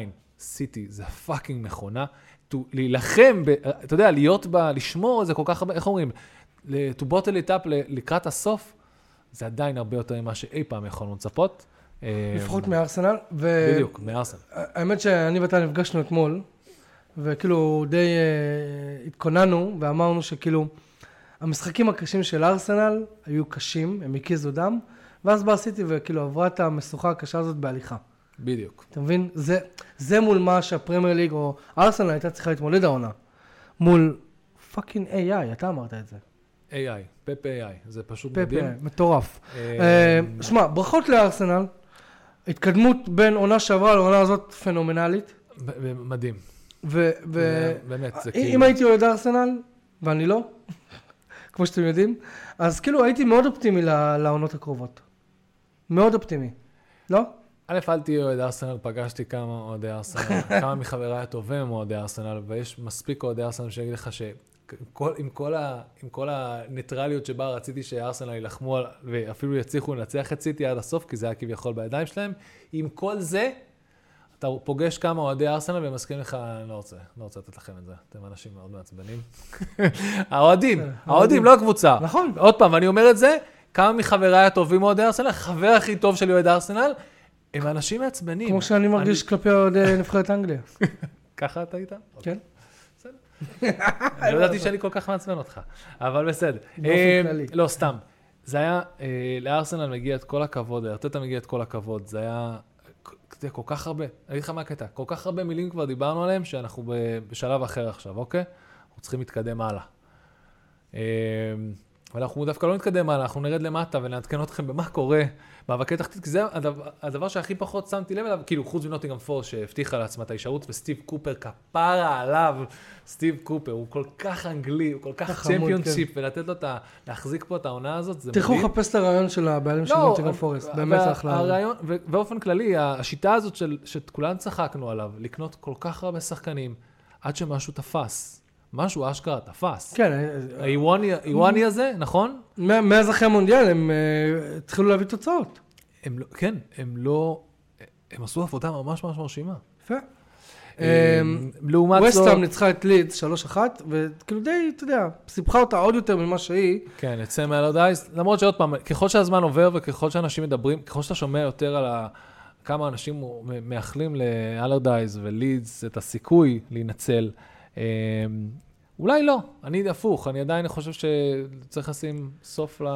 Speaker 2: סיטי זה פאקינג מכונה, להילחם, אתה יודע, להיות בה, לשמור את זה כל כך הרבה, איך אומרים, to bottle it up לקראת הסוף, זה עדיין הרבה יותר ממה שאי פעם יכולנו לצפות.
Speaker 1: לפחות מארסנל.
Speaker 2: בדיוק, מארסנל.
Speaker 1: האמת שאני ואתה נפגשנו אתמול, וכאילו די התכוננו, ואמרנו שכאילו, המשחקים הקשים של ארסנל היו קשים, הם הקיזו דם, ואז בא סיטי וכאילו עברה את המשוכה הקשה הזאת בהליכה.
Speaker 2: בדיוק.
Speaker 1: אתה מבין? זה, זה מול מה שהפרמייר ליג או ארסנל הייתה צריכה להתמודד העונה. מול פאקינג איי איי, אתה אמרת את זה.
Speaker 2: איי איי, פאפ איי איי, זה פשוט
Speaker 1: פאפ
Speaker 2: מדהים.
Speaker 1: איי, מטורף. שמע, ברכות לארסנל, התקדמות בין עונה שעברה לעונה הזאת פנומנלית.
Speaker 2: מדהים.
Speaker 1: באמת, זה כאילו... אם הייתי אוהד ארסנל, ואני לא, כמו שאתם יודעים, אז כאילו הייתי מאוד אופטימי לעונות הקרובות. מאוד אופטימי. לא?
Speaker 2: א', אל תהיה אוהד ארסנל, פגשתי כמה אוהדי ארסנל, כמה מחבריי הטובים הם אוהדי ארסנל, ויש מספיק אוהדי ארסנל שיגיד לך שעם כל הניטרליות שבה רציתי שארסנל ילחמו, ואפילו יצליחו לנצח את סיטי עד הסוף, כי זה היה כביכול בידיים שלהם, עם כל זה, אתה פוגש כמה אוהדי ארסנל ומסכים לך, אני לא רוצה, לא רוצה לתת לכם את זה, אתם אנשים מאוד מעצבנים. האוהדים, האוהדים, לא הקבוצה.
Speaker 1: נכון.
Speaker 2: עוד פעם, אני אומר את זה, כמה מחבריי הטובים אוהדי ארסנל, החבר הכי טוב שלי אוהד ארסנל, הם אנשים מעצבנים.
Speaker 1: כמו שאני מרגיש כלפי אוהדי נבחרת אנגליה.
Speaker 2: ככה אתה איתה?
Speaker 1: כן.
Speaker 2: בסדר. אני לא ידעתי שאני כל כך מעצבן אותך, אבל בסדר.
Speaker 1: באופן כללי.
Speaker 2: לא, סתם. זה היה, לארסנל מגיע את כל הכבוד, ארטטה מגיע את כל הכבוד, זה היה... זה כל כך הרבה, אני אגיד לך מה הקטע, כל כך הרבה מילים כבר דיברנו עליהם, שאנחנו בשלב אחר עכשיו, אוקיי? אנחנו צריכים להתקדם הלאה. אבל אנחנו דווקא לא נתקדם הלאה, אנחנו נרד למטה ונעדכן אתכם במה קורה, מאבקי תחתית, כי זה הדבר שהכי פחות שמתי לב אליו, כאילו חוץ מנוטינגהאם פורסט שהבטיחה לעצמה את הישארות, וסטיב קופר כפרה עליו, סטיב קופר, הוא כל כך אנגלי, הוא כל כך צ'מפיונשיפ, ולתת לו את ה... להחזיק פה את העונה הזאת, זה מדהים.
Speaker 1: תלכו לחפש את הרעיון של הבעלים של נוטינגהאם פורסט, באמת אחלה.
Speaker 2: הרעיון, ובאופן כללי, השיטה הזאת שכולנו צחקנו עליו, לקנות כל כך הרבה שחקנים, עד שמשהו תפס. משהו אשכרה תפס.
Speaker 1: כן.
Speaker 2: האיוואני הזה, נכון?
Speaker 1: מאז אחרי המונדיאל הם התחילו להביא תוצאות.
Speaker 2: כן, הם לא... הם עשו עבודה ממש ממש מרשימה.
Speaker 1: יפה.
Speaker 2: לעומת זאת...
Speaker 1: ווסטהאם ניצחה את לידס שלוש אחת, וכאילו די, אתה יודע, סיפחה אותה עוד יותר ממה שהיא.
Speaker 2: כן, את סם אלרדייס, למרות שעוד פעם, ככל שהזמן עובר וככל שאנשים מדברים, ככל שאתה שומע יותר על כמה אנשים מאחלים לאלרדייס ולידס את הסיכוי להינצל, אולי לא, אני הפוך, אני עדיין חושב שצריך לשים סוף ל...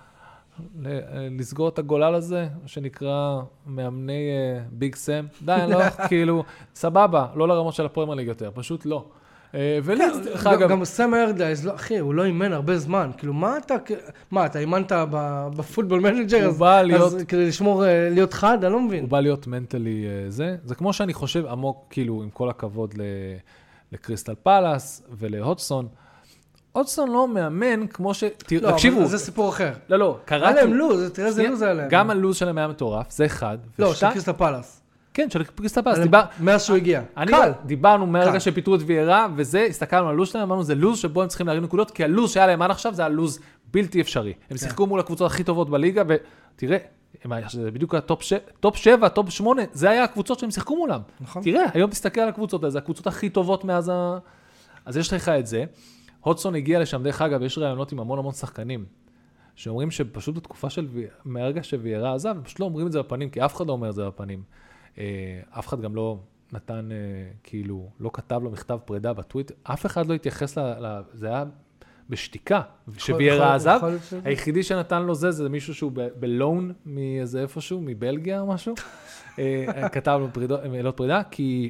Speaker 2: לסגור את הגולל הזה, שנקרא מאמני ביג סם. די, לא, כאילו, סבבה, לא לרמות של הפרמייר ליג יותר, פשוט לא. ולידס, דרך אגב...
Speaker 1: גם סם אלרדייס, אחי, הוא לא אימן הרבה זמן, כאילו, מה אתה, מה, אתה אימנת בפוטבול מנג'ר, אז כדי לשמור, להיות חד, אני לא מבין.
Speaker 2: הוא בא להיות מנטלי זה, זה כמו שאני חושב עמוק, כאילו, עם כל הכבוד לקריסטל פלאס ולהודסון, הודסון לא מאמן כמו ש...
Speaker 1: לא, תקשיבו. אבל זה סיפור אחר.
Speaker 2: לא, לא, קראתי...
Speaker 1: היה להם לוז, תראה איזה לוז היה להם.
Speaker 2: גם הלוז שלהם היה מטורף, זה אחד.
Speaker 1: לא, של קריסטל פלאס.
Speaker 2: כן, של קריסטל פלאס.
Speaker 1: מאז שהוא הגיע.
Speaker 2: קל. דיברנו מהרגע שפיתרו את ויירה, וזה, הסתכלנו על הלוז שלהם, אמרנו, זה לוז שבו הם צריכים להרים נקודות, כי הלוז שהיה להם עד עכשיו זה הלוז בלתי אפשרי. הם שיחקו מול הקבוצות הכי טובות בליגה, ותראה, זה בדיוק הטופ שבע, טופ שמונה, זה היה הקבוצות שהם שיחקו מולם. תראה, היום תסתכל על הקבוצות, זה הקבוצות הכי טובות מאז ה... אז יש לך את זה. הודסון הגיע לשם, דרך אגב, יש רעיונות עם המון המון שחקנים, שאומרים שפשוט בתקופה של, מהרגע שוויירה עזב, פשוט לא אומרים את זה בפנים, כי אף אחד לא אומר את זה בפנים. אף אחד גם לא נתן, כאילו, לא כתב לו מכתב פרידה בטוויטר, אף אחד לא התייחס ל... זה היה בשתיקה, שוויירה עזב. היחידי שנתן לו זה, זה מישהו שהוא בלון מאיזה איפשהו, מבלגיה או משהו. כתב לו מילות פרידה, כי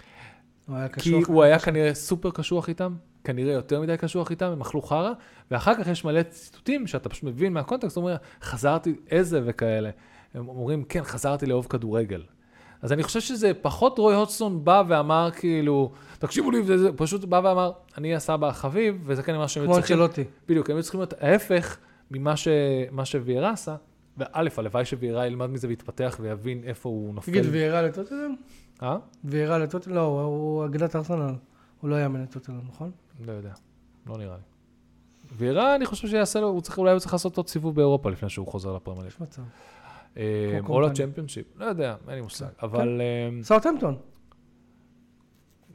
Speaker 2: הוא היה כנראה סופר קשוח איתם, כנראה יותר מדי קשוח איתם, הם אכלו חרה, ואחר כך יש מלא ציטוטים שאתה פשוט מבין מהקונטקסט, הוא אומר, חזרתי איזה וכאלה. הם אומרים, כן, חזרתי לאהוב כדורגל. אז אני חושב שזה פחות רוי הודסון בא ואמר כאילו, תקשיבו לי, וזה פשוט בא ואמר, אני הסבא החביב, וזה כן מה שהם
Speaker 1: כמו אנצ'לוטי.
Speaker 2: בדיוק, הם צריכים להיות ההפך ממה שוויירה עשה, וא', הלוואי שוויירה ילמד מזה ויתפתח ויבין איפה הוא נופל.
Speaker 1: תגיד, ויירה לטוטנהאם?
Speaker 2: אה?
Speaker 1: ויירה לטוטנהאם? לא, הוא אגדת ארסנל. הוא לא יאמן לטוטנהאם, נכון?
Speaker 2: לא יודע, לא נראה לי. ויירה, אני חושב שיעשה לו, הוא צריך, אולי הוא צריך לעשות עוד סיבוב באירופה לפני שהוא חוזר לפרמייר ליג.
Speaker 1: יש מצב.
Speaker 2: או לצ'מפיונשיפ, לא יודע, אין לי מושג, אבל...
Speaker 1: סאות'המפטון.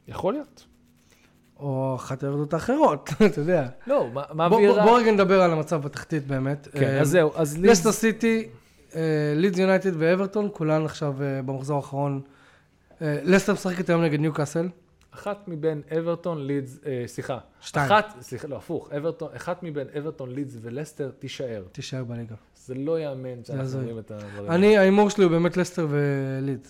Speaker 2: יכול להיות.
Speaker 1: או אחת היורדות האחרות, אתה יודע.
Speaker 2: לא, מה
Speaker 1: בוא-
Speaker 2: אווירה?
Speaker 1: בוא רגע נדבר על המצב בתחתית באמת.
Speaker 2: כן,
Speaker 1: אה,
Speaker 2: אז זהו, אז לידס...
Speaker 1: לסטר סיטי, לידס יונייטד ואברטון, כולן עכשיו אה, במחזור האחרון. אה, לסטר משחקת היום נגד ניוקאסל.
Speaker 2: אחת מבין אברטון, לידס, אה, סליחה.
Speaker 1: שתיים.
Speaker 2: אחת, סליחה, לא, הפוך. אברטון, אחת מבין אברטון, לידס ולסטר תישאר.
Speaker 1: תישאר בליגה.
Speaker 2: זה לא יאמן שאנחנו
Speaker 1: הזוי.
Speaker 2: רואים את הדברים.
Speaker 1: אני, ההימור שלי הוא באמת לסטר ולידס.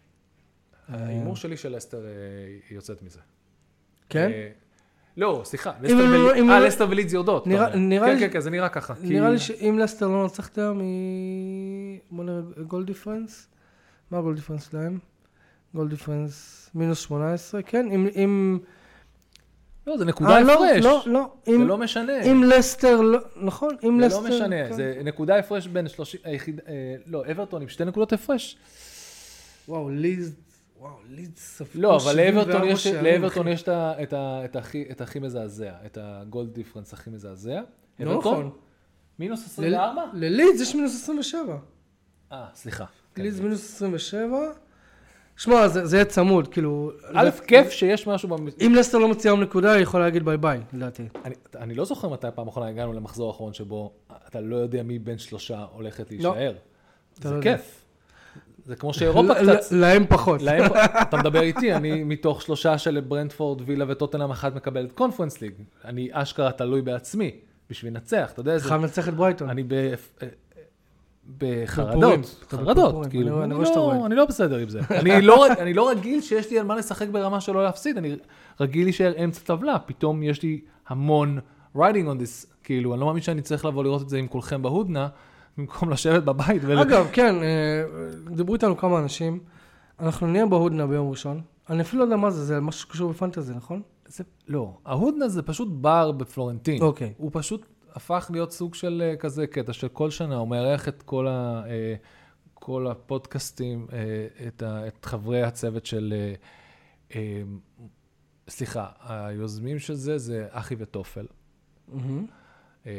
Speaker 2: ההימור שלי של לסטר אה, יוצאת מזה.
Speaker 1: כן?
Speaker 2: אה, לא, סליחה.
Speaker 1: אם
Speaker 2: לסטר
Speaker 1: הם לא-
Speaker 2: ולידס-
Speaker 1: אם
Speaker 2: אה,
Speaker 1: לא-
Speaker 2: לסטר ולידס יורדות.
Speaker 1: נראה-
Speaker 2: אתה אומר.
Speaker 1: נראה
Speaker 2: כן,
Speaker 1: לי
Speaker 2: כן,
Speaker 1: ש-
Speaker 2: כן, זה נראה ככה. כי-
Speaker 1: נראה לי שאם לסטר לא נצחת היום, היא... בוא נראה, גול דיפרנס? מה הגול דיפרנס שלהם? גול דיפרנס מינוס שמונה עשרה, כן? אם... אם...
Speaker 2: לא, זה נקודה
Speaker 1: אה, לא,
Speaker 2: הפרש.
Speaker 1: לא, לא.
Speaker 2: זה
Speaker 1: אם-
Speaker 2: לא משנה.
Speaker 1: אם לסטר, לא- נכון? אם
Speaker 2: זה
Speaker 1: לסטר...
Speaker 2: לא משנה,
Speaker 1: כן.
Speaker 2: זה נקודה הפרש בין שלושים, היחיד, אה, לא, אברטון עם שתי נקודות הפרש.
Speaker 1: וואו, ליז... וואו, ליז ספקו
Speaker 2: לא, אבל לאברטון יש,
Speaker 1: שערים,
Speaker 2: לאברטון
Speaker 1: אחי.
Speaker 2: יש את ה- את ה- את הכי- את הכי מזעזע, את הגולד דיפרנס הכי מזעזע.
Speaker 1: לא
Speaker 2: אברטון,
Speaker 1: נכון.
Speaker 2: מינוס עשרים וארבע?
Speaker 1: ל- ללידס יש מינוס עשרים ושבע.
Speaker 2: אה, סליחה. כן.
Speaker 1: לידס מינוס עשרים ושבע. שמע, זה זה יהיה צמוד, כאילו...
Speaker 2: א',
Speaker 1: זה-
Speaker 2: כיף שיש משהו במ...
Speaker 1: אם לסטר לא מציעה היום נקודה, היא יכולה להגיד ביי ביי, לדעתי.
Speaker 2: אני, אני לא זוכר מתי פעם אחרונה הגענו למחזור האחרון שבו אתה לא יודע מי בין שלושה הולכת להישאר.
Speaker 1: אתה
Speaker 2: זה
Speaker 1: לא יודע.
Speaker 2: כיף. זה כמו שאירופה
Speaker 1: ל-
Speaker 2: קצת...
Speaker 1: ל- להם פחות.
Speaker 2: להם, אתה מדבר איתי, אני מתוך שלושה של ברנדפורד, וילה וטוטנהאם אחת מקבלת קונפרנס ליג. אני אשכרה תלוי בעצמי, בשביל לנצח, אתה יודע איזה...
Speaker 1: חייב לנצח את ברייטון.
Speaker 2: אני ב...
Speaker 1: בפורים.
Speaker 2: בחרדות,
Speaker 1: אתה
Speaker 2: חרדות,
Speaker 1: בפורים,
Speaker 2: כאילו,
Speaker 1: אני-
Speaker 2: אני
Speaker 1: אני רואה שאתה
Speaker 2: לא-
Speaker 1: רואה.
Speaker 2: אני לא בסדר עם זה. אני לא רג- אני לא רגיל שיש לי על מה לשחק ברמה שלא להפסיד, אני רגיל להישאר אמצע טבלה, פתאום יש לי המון riding on this, כאילו, אני לא מאמין שאני צריך לבוא לראות את זה עם כולכם בהודנה, במקום לשבת בבית. ול-
Speaker 1: אגב, כן, אה, דיברו איתנו כמה אנשים. אנחנו נהיה בהודנה ביום ראשון. אני אפילו לא יודע מה זה, זה משהו שקשור בפנטזי, נכון?
Speaker 2: זה, לא, ההודנה זה פשוט בר בפלורנטין.
Speaker 1: אוקיי.
Speaker 2: הוא פשוט הפך להיות סוג של אה, כזה קטע של כל שנה, הוא מארח את כל, ה, אה, כל הפודקאסטים, אה, את, ה, את חברי הצוות של, אה, אה, סליחה, היוזמים של זה זה אחי וטופל,
Speaker 1: מהמם.
Speaker 2: אה,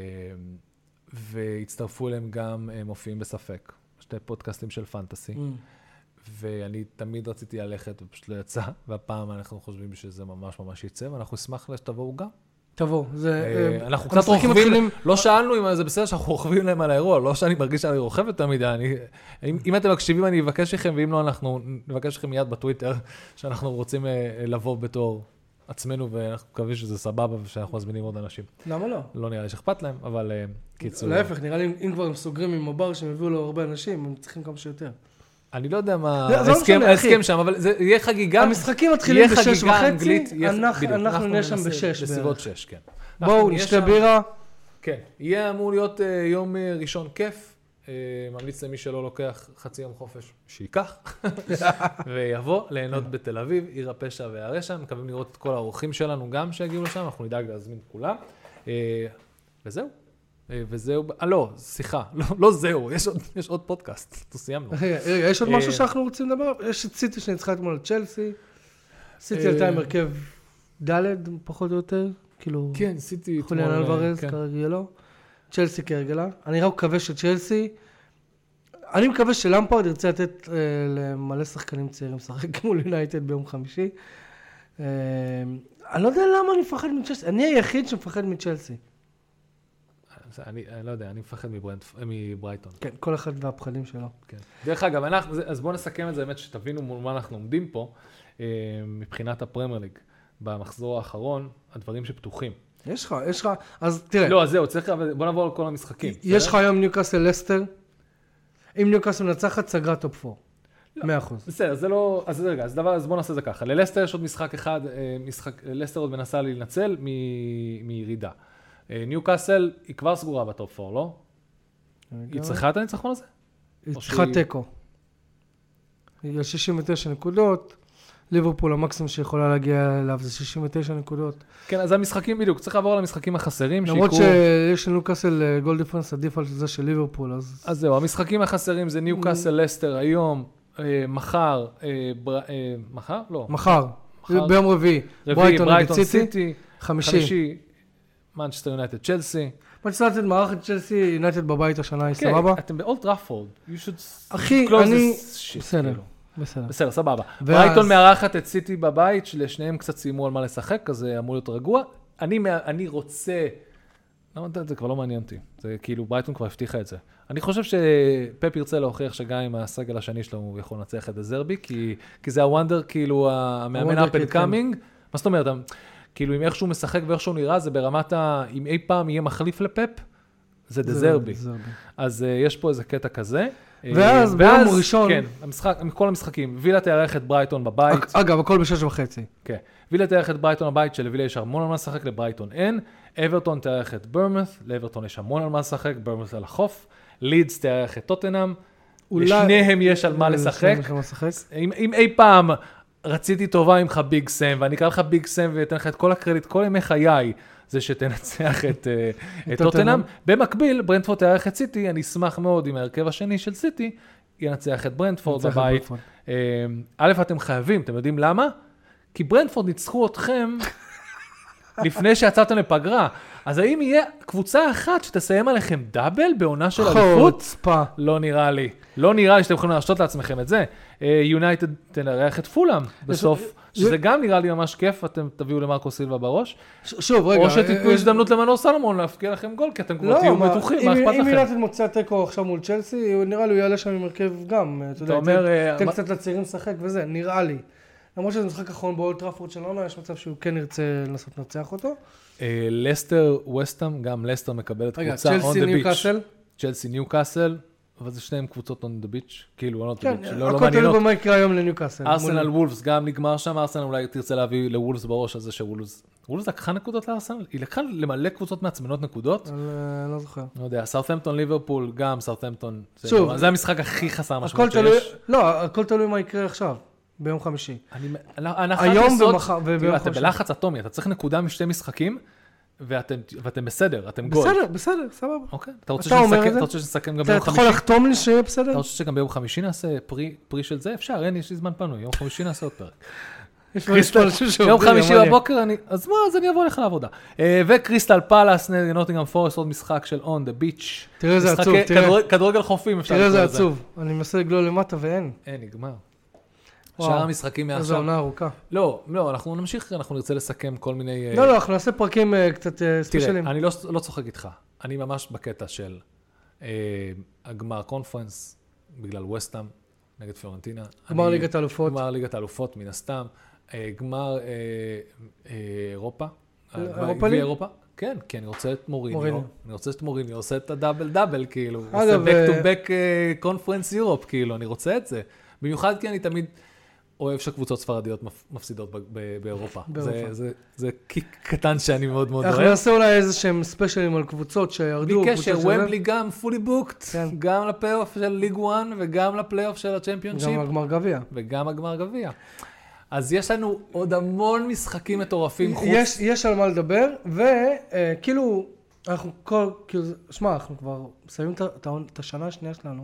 Speaker 2: והצטרפו אליהם גם אה, מופיעים בספק, שתי פודקאסטים של פנטסי.
Speaker 1: מהמם.
Speaker 2: ואני תמיד רציתי ללכת ופשוט לא יצא, והפעם אנחנו חושבים שזה ממש ממש יצא, ואנחנו נשמח שתבואו גם.
Speaker 1: תבוא, זה...
Speaker 2: אה,
Speaker 1: אה,
Speaker 2: אנחנו קצת
Speaker 1: המשחקים
Speaker 2: רוכבים,
Speaker 1: מתחילים-
Speaker 2: לא שאלנו אם זה בסדר שאנחנו רוכבים להם על האירוע, לא שאני מרגיש שאני רוכב יותר מדי, אני- אם אם אתם מקשיבים אני אבקש לכם, ואם לא אנחנו נבקש לכם מיד בטוויטר, שאנחנו רוצים אה, לבוא בתור עצמנו, ואנחנו מקווים שזה סבבה ושאנחנו מזמינים עוד אנשים.
Speaker 1: למה לא?
Speaker 2: לא נראה לי שאכפת להם, אבל אה, קיצור.
Speaker 1: להפך, נראה לי אם כבר הם סוגרים עם הבר שהם הביאו לו הרבה אנשים, הם צריכים כמה שיותר.
Speaker 2: אני לא יודע מה
Speaker 1: זה- זה לא
Speaker 2: ההסכם-
Speaker 1: משנה,
Speaker 2: ההסכם
Speaker 1: אחי.
Speaker 2: שם, אבל זה יהיה חגיגה.
Speaker 1: המשחקים מתחילים
Speaker 2: יהיה
Speaker 1: בשש
Speaker 2: חגיגה
Speaker 1: וחצי,
Speaker 2: אנגלית, יהיה-
Speaker 1: אנחנו-
Speaker 2: בדיוק,
Speaker 1: אנחנו נהיה שם
Speaker 2: ננסה
Speaker 1: בשש
Speaker 2: בסביבות
Speaker 1: בערך.
Speaker 2: שש, כן.
Speaker 1: בואו,
Speaker 2: אנחנו נהיה
Speaker 1: נשתה
Speaker 2: שם-
Speaker 1: בירה.
Speaker 2: כן, יהיה אמור להיות אה, יום אה, ראשון כיף. אה, ממליץ למי שלא לוקח חצי יום חופש, שייקח, ויבוא ליהנות בתל אביב, עיר הפשע והרשע. מקווים לראות את כל האורחים שלנו גם שיגיעו לשם, אנחנו נדאג להזמין את כולם. אה, וזהו. אה, וזהו, אה לא, סליחה, לא, לא זהו, יש עוד, יש עוד פודקאסט, סיימנו.
Speaker 1: רגע, רגע, יש עוד
Speaker 2: אה,
Speaker 1: משהו שאנחנו רוצים לדבר? יש את סיטי שניצחה אתמול את צ'לסי. סיטי
Speaker 2: אה,
Speaker 1: עלתה עם הרכב ד' פחות או יותר, כאילו...
Speaker 2: כן, סיטי
Speaker 1: חוליאן אלוורז,
Speaker 2: כן.
Speaker 1: כרגלו. צ'לסי כרגלה. אני רק מקווה שצ'לסי... אני מקווה שלמפרד ירצה לתת אה, למלא שחקנים צעירים לשחק מול יונייטד ביום חמישי. אה, אני לא יודע למה אני מפחד מצ'לסי. אני היחיד שמפחד מצ'לסי.
Speaker 2: אני, אני לא יודע, אני מפחד מברנט, מברייטון.
Speaker 1: כן, כל אחד והפחדים שלו.
Speaker 2: כן. דרך אגב, אנחנו, זה- אז בואו נסכם את זה, באמת שתבינו מול מה אנחנו עומדים פה, אה, מבחינת הפרמייר ליג. במחזור האחרון, הדברים שפתוחים.
Speaker 1: יש לך, יש לך, אז תראה.
Speaker 2: לא, אז זהו, צריך, בוא נעבור על כל המשחקים.
Speaker 1: יש לך היום ניוקאסל לסטר. אם ניוקאסל מנצחת, סגרה טופ ארבע. מאה אחוז.
Speaker 2: בסדר, זה לא, אז רגע, אז דבר, אז בוא נעשה את זה ככה. ללסטר יש עוד משחק אחד, אה, משחק, לסטר עוד מנסה להינצל מ- מירידה. אה, ניוקאסל היא כבר סגורה בטופ ארבע, לא? היא צריכה את הניצחון הזה?
Speaker 1: היא
Speaker 2: או
Speaker 1: צריכה
Speaker 2: שהיא-
Speaker 1: תיקו. היא על שישים ותשע נקודות. ליברפול המקסימום שיכולה להגיע אליו זה שישים ותשע נקודות.
Speaker 2: כן, אז המשחקים בדיוק, צריך לעבור על המשחקים החסרים.
Speaker 1: למרות
Speaker 2: שיקרו-
Speaker 1: שיש לניוקאסל גול דיפרנס עדיף על זה של ליברפול, אז...
Speaker 2: אז זהו, המשחקים החסרים זה ניוקאסל, לסטר, היום, אה, מחר, אה, בר- אה, מחר? לא.
Speaker 1: מחר,
Speaker 2: מחר.
Speaker 1: ביום רביעי,
Speaker 2: רביעי,
Speaker 1: ברייטון נגד
Speaker 2: ברייטון,
Speaker 1: סיטי,
Speaker 2: סיטי,
Speaker 1: חמישי.
Speaker 2: חמישי, מנצ'סטר יונייטד, צ'לסי.
Speaker 1: מנצ'סטר יונייטד מערכת צ'לסי, יונייטד בבית השנה, היא
Speaker 2: כן,
Speaker 1: סבבה?
Speaker 2: אתם באולט טראפורד. You should
Speaker 1: אחי,
Speaker 2: close
Speaker 1: אני...
Speaker 2: this shit,
Speaker 1: בסדר.
Speaker 2: כאילו.
Speaker 1: בסדר.
Speaker 2: בסדר, סבבה.
Speaker 1: ואז-
Speaker 2: ברייטון מארחת את סיטי בבית, שלשניהם קצת סיימו על מה לשחק, אז זה אמור להיות רגוע. אני, אני רוצה... למה אתה, זה כבר לא מעניין אותי. זה כאילו, ברייטון כבר הבטיחה את זה. אני חושב שפפ ירצה להוכיח שגם עם הסגל השני שלו הוא יכול לנצח את דזרבי, כי, כי זה הוונדר, כאילו, המאמן אפ אנד קאמינג. מה זאת אומרת? כאילו, אם איכשהו משחק ואיכשהו נראה, זה ברמת ה... אם אי פעם יהיה מחליף לפפ, זה דזרבי. אז uh, יש פה איזה קטע כזה.
Speaker 1: ואז, ביום ראשון...
Speaker 2: כן, המשחק, כל המשחקים. וילה תארח את ברייטון בבית.
Speaker 1: אגב, הכל בשש וחצי.
Speaker 2: כן. וילה תארח את ברייטון בבית, שלווילה יש המון על מה לשחק, לברייטון אין. אברטון תארח את ברמת, לאברטון יש המון על מה לשחק, ברמת על החוף. לידס תארח את טוטנאם. לשניהם יש על מה לשחק. אם, אם אי פעם רציתי טובה ממך ביג סם, ואני אקרא לך ביג סם ואתן לך את כל הקרדיט, כל ימי חיי, זה שתנצח את, את טוטנאם. במקביל, ברנטפורד תארח את סיטי, אני אשמח מאוד עם ההרכב השני של סיטי, ינצח את ברנטפורד בבית. א', אתם חייבים, אתם יודעים למה? כי ברנטפורד ניצחו אתכם לפני שיצאתם לפגרה. אז האם יהיה קבוצה אחת שתסיים עליכם דאבל בעונה של אליפות?
Speaker 1: חוצפה.
Speaker 2: לא נראה לי. לא נראה לי שאתם יכולים להרשות לעצמכם את זה. יונייטד תנרח את פולאם בסוף, שזה גם נראה לי ממש כיף, אתם תביאו למרקו סילבה בראש.
Speaker 1: שוב, רגע.
Speaker 2: או שתיתנו הזדמנות למנור סלומון להפקיע לכם גול, כי אתם כבר תהיו בטוחים, מה אכפת לכם?
Speaker 1: אם יונייטד מוצא תיקו עכשיו מול צ'לסי, נראה לי הוא יעלה שם עם הרכב גם. אתה אומר... תן קצת לצעירים לשחק וזה, נראה לי. למרות שזה משחק אחרון באולד טראפורד שלנו, יש מצב שהוא כן ירצה לנסות לנצח אותו.
Speaker 2: לסטר, ווסטהאם, גם לסטר מקבלת קבוצה on the beach.
Speaker 1: צ'לסי, ניוקאסל.
Speaker 2: צ'לסי, ניוקאסל, אבל זה שניהם קבוצות on the beach, כאילו, on the
Speaker 1: כן,
Speaker 2: beach, לא
Speaker 1: הכל
Speaker 2: מעניינות.
Speaker 1: תלוי במה יקרה היום לניוקאסל.
Speaker 2: ארסנל וולפס גם נגמר שם, ארסנל אולי תרצה להביא לוולפס בראש הזה שוולפס, וולפס לקחה נקודות לארסנל? היא לקחה למלא קבוצות מעצמנות נקודות?
Speaker 1: לא זוכר.
Speaker 2: לא יודע, סאות'המפטון, ליברפול, גם סאות'המפטון. שוב, זה המשחק הכי חסר משמעות שיש.
Speaker 1: לא, הכל תלוי מה יקרה עכשיו. ביום חמישי.
Speaker 2: היום ומחר וביום חמישי. אתה בלחץ אטומי, אתה צריך נקודה משתי משחקים, ואתם בסדר, אתם גול.
Speaker 1: בסדר, בסדר, סבבה.
Speaker 2: אוקיי. אתה רוצה שנסכם גם ביום חמישי?
Speaker 1: אתה יכול לחתום לי שיהיה בסדר?
Speaker 2: אתה רוצה שגם ביום חמישי נעשה פרי של זה? אפשר, אין, יש לי זמן פנוי, יום חמישי נעשה עוד פרק. יום חמישי בבוקר, אז מה, אז אני אבוא לך לעבודה. וקריסטל פלאס, נוטינגהאם פורסט, עוד משחק של On the Beach.
Speaker 1: תראה איזה עצוב, תראה.
Speaker 2: כדורגל חופים אפשר
Speaker 1: לקרוא לזה. תראה איזה עצוב, אני מנסה לגלול למטה ואין.
Speaker 2: אין, נגמר. שאר המשחקים מעכשיו.
Speaker 1: איזו עונה ארוכה.
Speaker 2: לא, לא, אנחנו נמשיך, אנחנו נרצה לסכם כל מיני...
Speaker 1: לא, לא, אנחנו נעשה פרקים קצת ספיישלים.
Speaker 2: תראה, אני לא צוחק איתך. אני ממש בקטע של הגמר קונפרנס, בגלל ווסטהאם, נגד פיורנטינה.
Speaker 1: גמר ליגת האלופות.
Speaker 2: גמר ליגת האלופות, מן הסתם. גמר אירופה.
Speaker 1: אירופה ליג?
Speaker 2: אירופה. כן, כי אני רוצה את מוריניו. אני רוצה את מוריניו, עושה את הדאבל דאבל, כאילו. עושה back to back קונפרנס אירופ, כאילו, אני רוצה את זה. במיוחד כי אני תמיד אוהב שקבוצות ספרדיות מפסידות באירופה. זה קיק קטן שאני מאוד מאוד אוהב.
Speaker 1: אנחנו נעשה אולי איזה שהם ספיישלים על קבוצות שירדו.
Speaker 2: בלי קשר, ומבלי גם פולי בוקט, גם לפלייאוף של ליג וואן וגם לפלייאוף של הצ'מפיונשיפ.
Speaker 1: גם הגמר גביע.
Speaker 2: וגם הגמר גביע. אז יש לנו עוד המון משחקים מטורפים חוץ.
Speaker 1: יש, יש על מה לדבר, וכאילו, אנחנו כל, כאילו, שמע, אנחנו כבר מסיימים את השנה השנייה שלנו.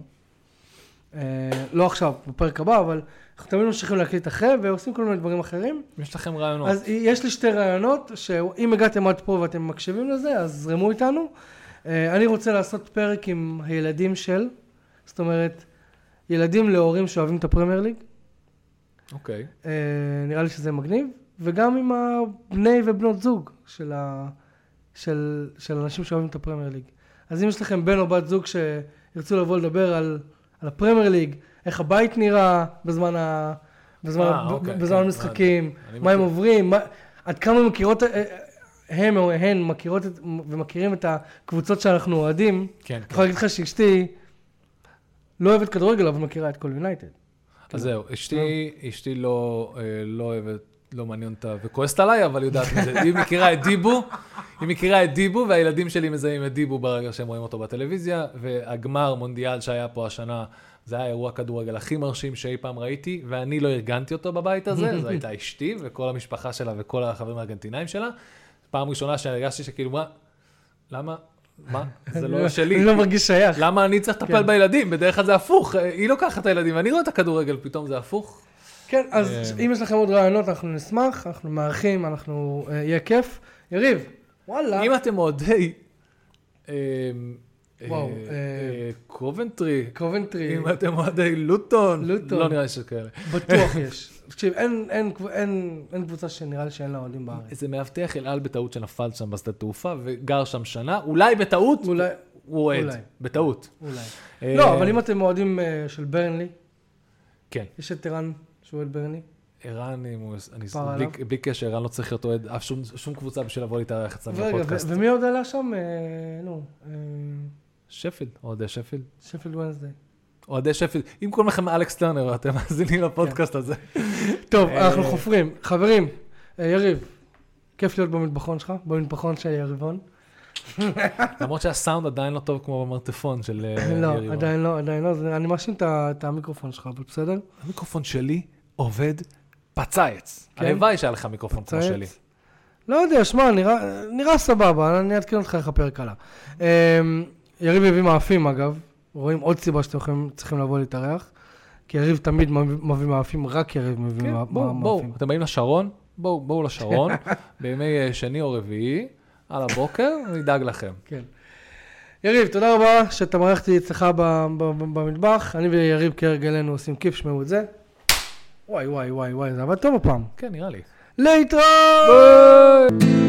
Speaker 1: לא עכשיו, בפרק הבא, אבל אנחנו תמיד ממשיכים להקליט אחרי, ועושים כל מיני דברים אחרים.
Speaker 2: יש לכם רעיונות.
Speaker 1: אז יש לי שתי רעיונות, שאם הגעתם עד פה ואתם מקשיבים לזה, אז זרמו איתנו. אני רוצה לעשות פרק עם הילדים של, זאת אומרת, ילדים להורים שאוהבים את הפרמייר ליג.
Speaker 2: אוקיי.
Speaker 1: נראה לי שזה מגניב, וגם עם הבני ובנות זוג של, ה... של... של אנשים שאוהבים את הפרמייר ליג. אז אם יש לכם בן או בת זוג שירצו לבוא לדבר על, על הפרמייר ליג, איך הבית נראה בזמן, ה... בזמן, 아, ה... אוקיי, בזמן כן, המשחקים, אני, מה אני הם עוברים, מה... עד כמה מכירות, הם או הן מכירות את... ומכירים את הקבוצות שאנחנו אוהדים.
Speaker 2: כן,
Speaker 1: אני יכול להגיד לך שאשתי לא אוהבת כדורגל, אבל מכירה את כל יונייטד.
Speaker 2: אז זהו, אשתי, אשתי לא, לא אוהבת, לא מעניין אותה וכועסת עליי, אבל יודעת מזה. היא מכירה את דיבו, היא מכירה את דיבו, והילדים שלי מזהים את דיבו ברגע שהם רואים אותו בטלוויזיה, והגמר מונדיאל שהיה פה השנה, זה היה אירוע כדורגל הכי מרשים שאי פעם ראיתי, ואני לא ארגנתי אותו בבית הזה, זו הייתה אשתי וכל המשפחה שלה וכל החברים הארגנטינאים שלה. פעם ראשונה שהרגשתי שכאילו, מה, למה? מה? זה לא שלי.
Speaker 1: אני לא מרגיש שייך.
Speaker 2: למה אני צריך לטפל בילדים? בדרך כלל זה הפוך. היא לוקחת את הילדים, ואני רואה את הכדורגל, פתאום זה הפוך.
Speaker 1: כן, אז אם יש לכם עוד רעיונות, אנחנו נשמח, אנחנו מארחים, אנחנו, יהיה כיף. יריב, וואלה.
Speaker 2: אם אתם אוהדי
Speaker 1: וואו.
Speaker 2: קובנטרי.
Speaker 1: קובנטרי.
Speaker 2: אם אתם אוהדי לוטון.
Speaker 1: לוטון.
Speaker 2: לא נראה לי שכאלה.
Speaker 1: בטוח יש. תקשיב, אין קבוצה שנראה לי שאין לה אוהדים בארץ.
Speaker 2: איזה מאבטח אל על בטעות שנפל שם בשדה תעופה וגר שם שנה, אולי בטעות
Speaker 1: אולי.
Speaker 2: הוא אוהד. בטעות.
Speaker 1: אולי. לא, אבל אם אתם אוהדים של ברנלי,
Speaker 2: כן.
Speaker 1: יש את ערן שהוא אוהד ברנלי.
Speaker 2: ערן, בלי קשר, ערן לא צריך להיות אוהד אף שום קבוצה בשביל לבוא להתארח אצלנו בפודקאסט.
Speaker 1: ומי עוד עלה שם? נו.
Speaker 2: שפילד, אוהדי שפילד.
Speaker 1: שפילד ונסדי.
Speaker 2: אוהדי שפילד. אם קוראים לכם אלכס טרנר, אתם מאזינים לפודקאסט הזה.
Speaker 1: טוב, אנחנו חופרים. חברים, יריב, כיף להיות במטבחון שלך, במטבחון של יריבון.
Speaker 2: למרות שהסאונד עדיין לא טוב כמו במרטפון של יריבון.
Speaker 1: לא, עדיין לא, עדיין לא. אני מאשים את המיקרופון שלך, אבל בסדר?
Speaker 2: המיקרופון שלי עובד פצייץ. הלוואי שהיה לך מיקרופון כמו שלי.
Speaker 1: לא יודע, שמע, נראה סבבה, אני אעדכן אותך איך הפרק עלה. יריב הביא מאפים, אגב. רואים עוד סיבה שאתם צריכים לבוא להתארח. כי יריב תמיד מביא מאפים, רק יריב מביא מאפים.
Speaker 2: בואו, אתם באים לשרון? בואו לשרון. בימי שני או רביעי, על הבוקר, נדאג לכם.
Speaker 1: כן. יריב, תודה רבה שאתה מערכתי אצלך במטבח. אני ויריב כהרגלנו עושים כיף, שמעו את זה. וואי, וואי, וואי, וואי, זה עבד טוב הפעם.
Speaker 2: כן, נראה לי.
Speaker 1: להתראות!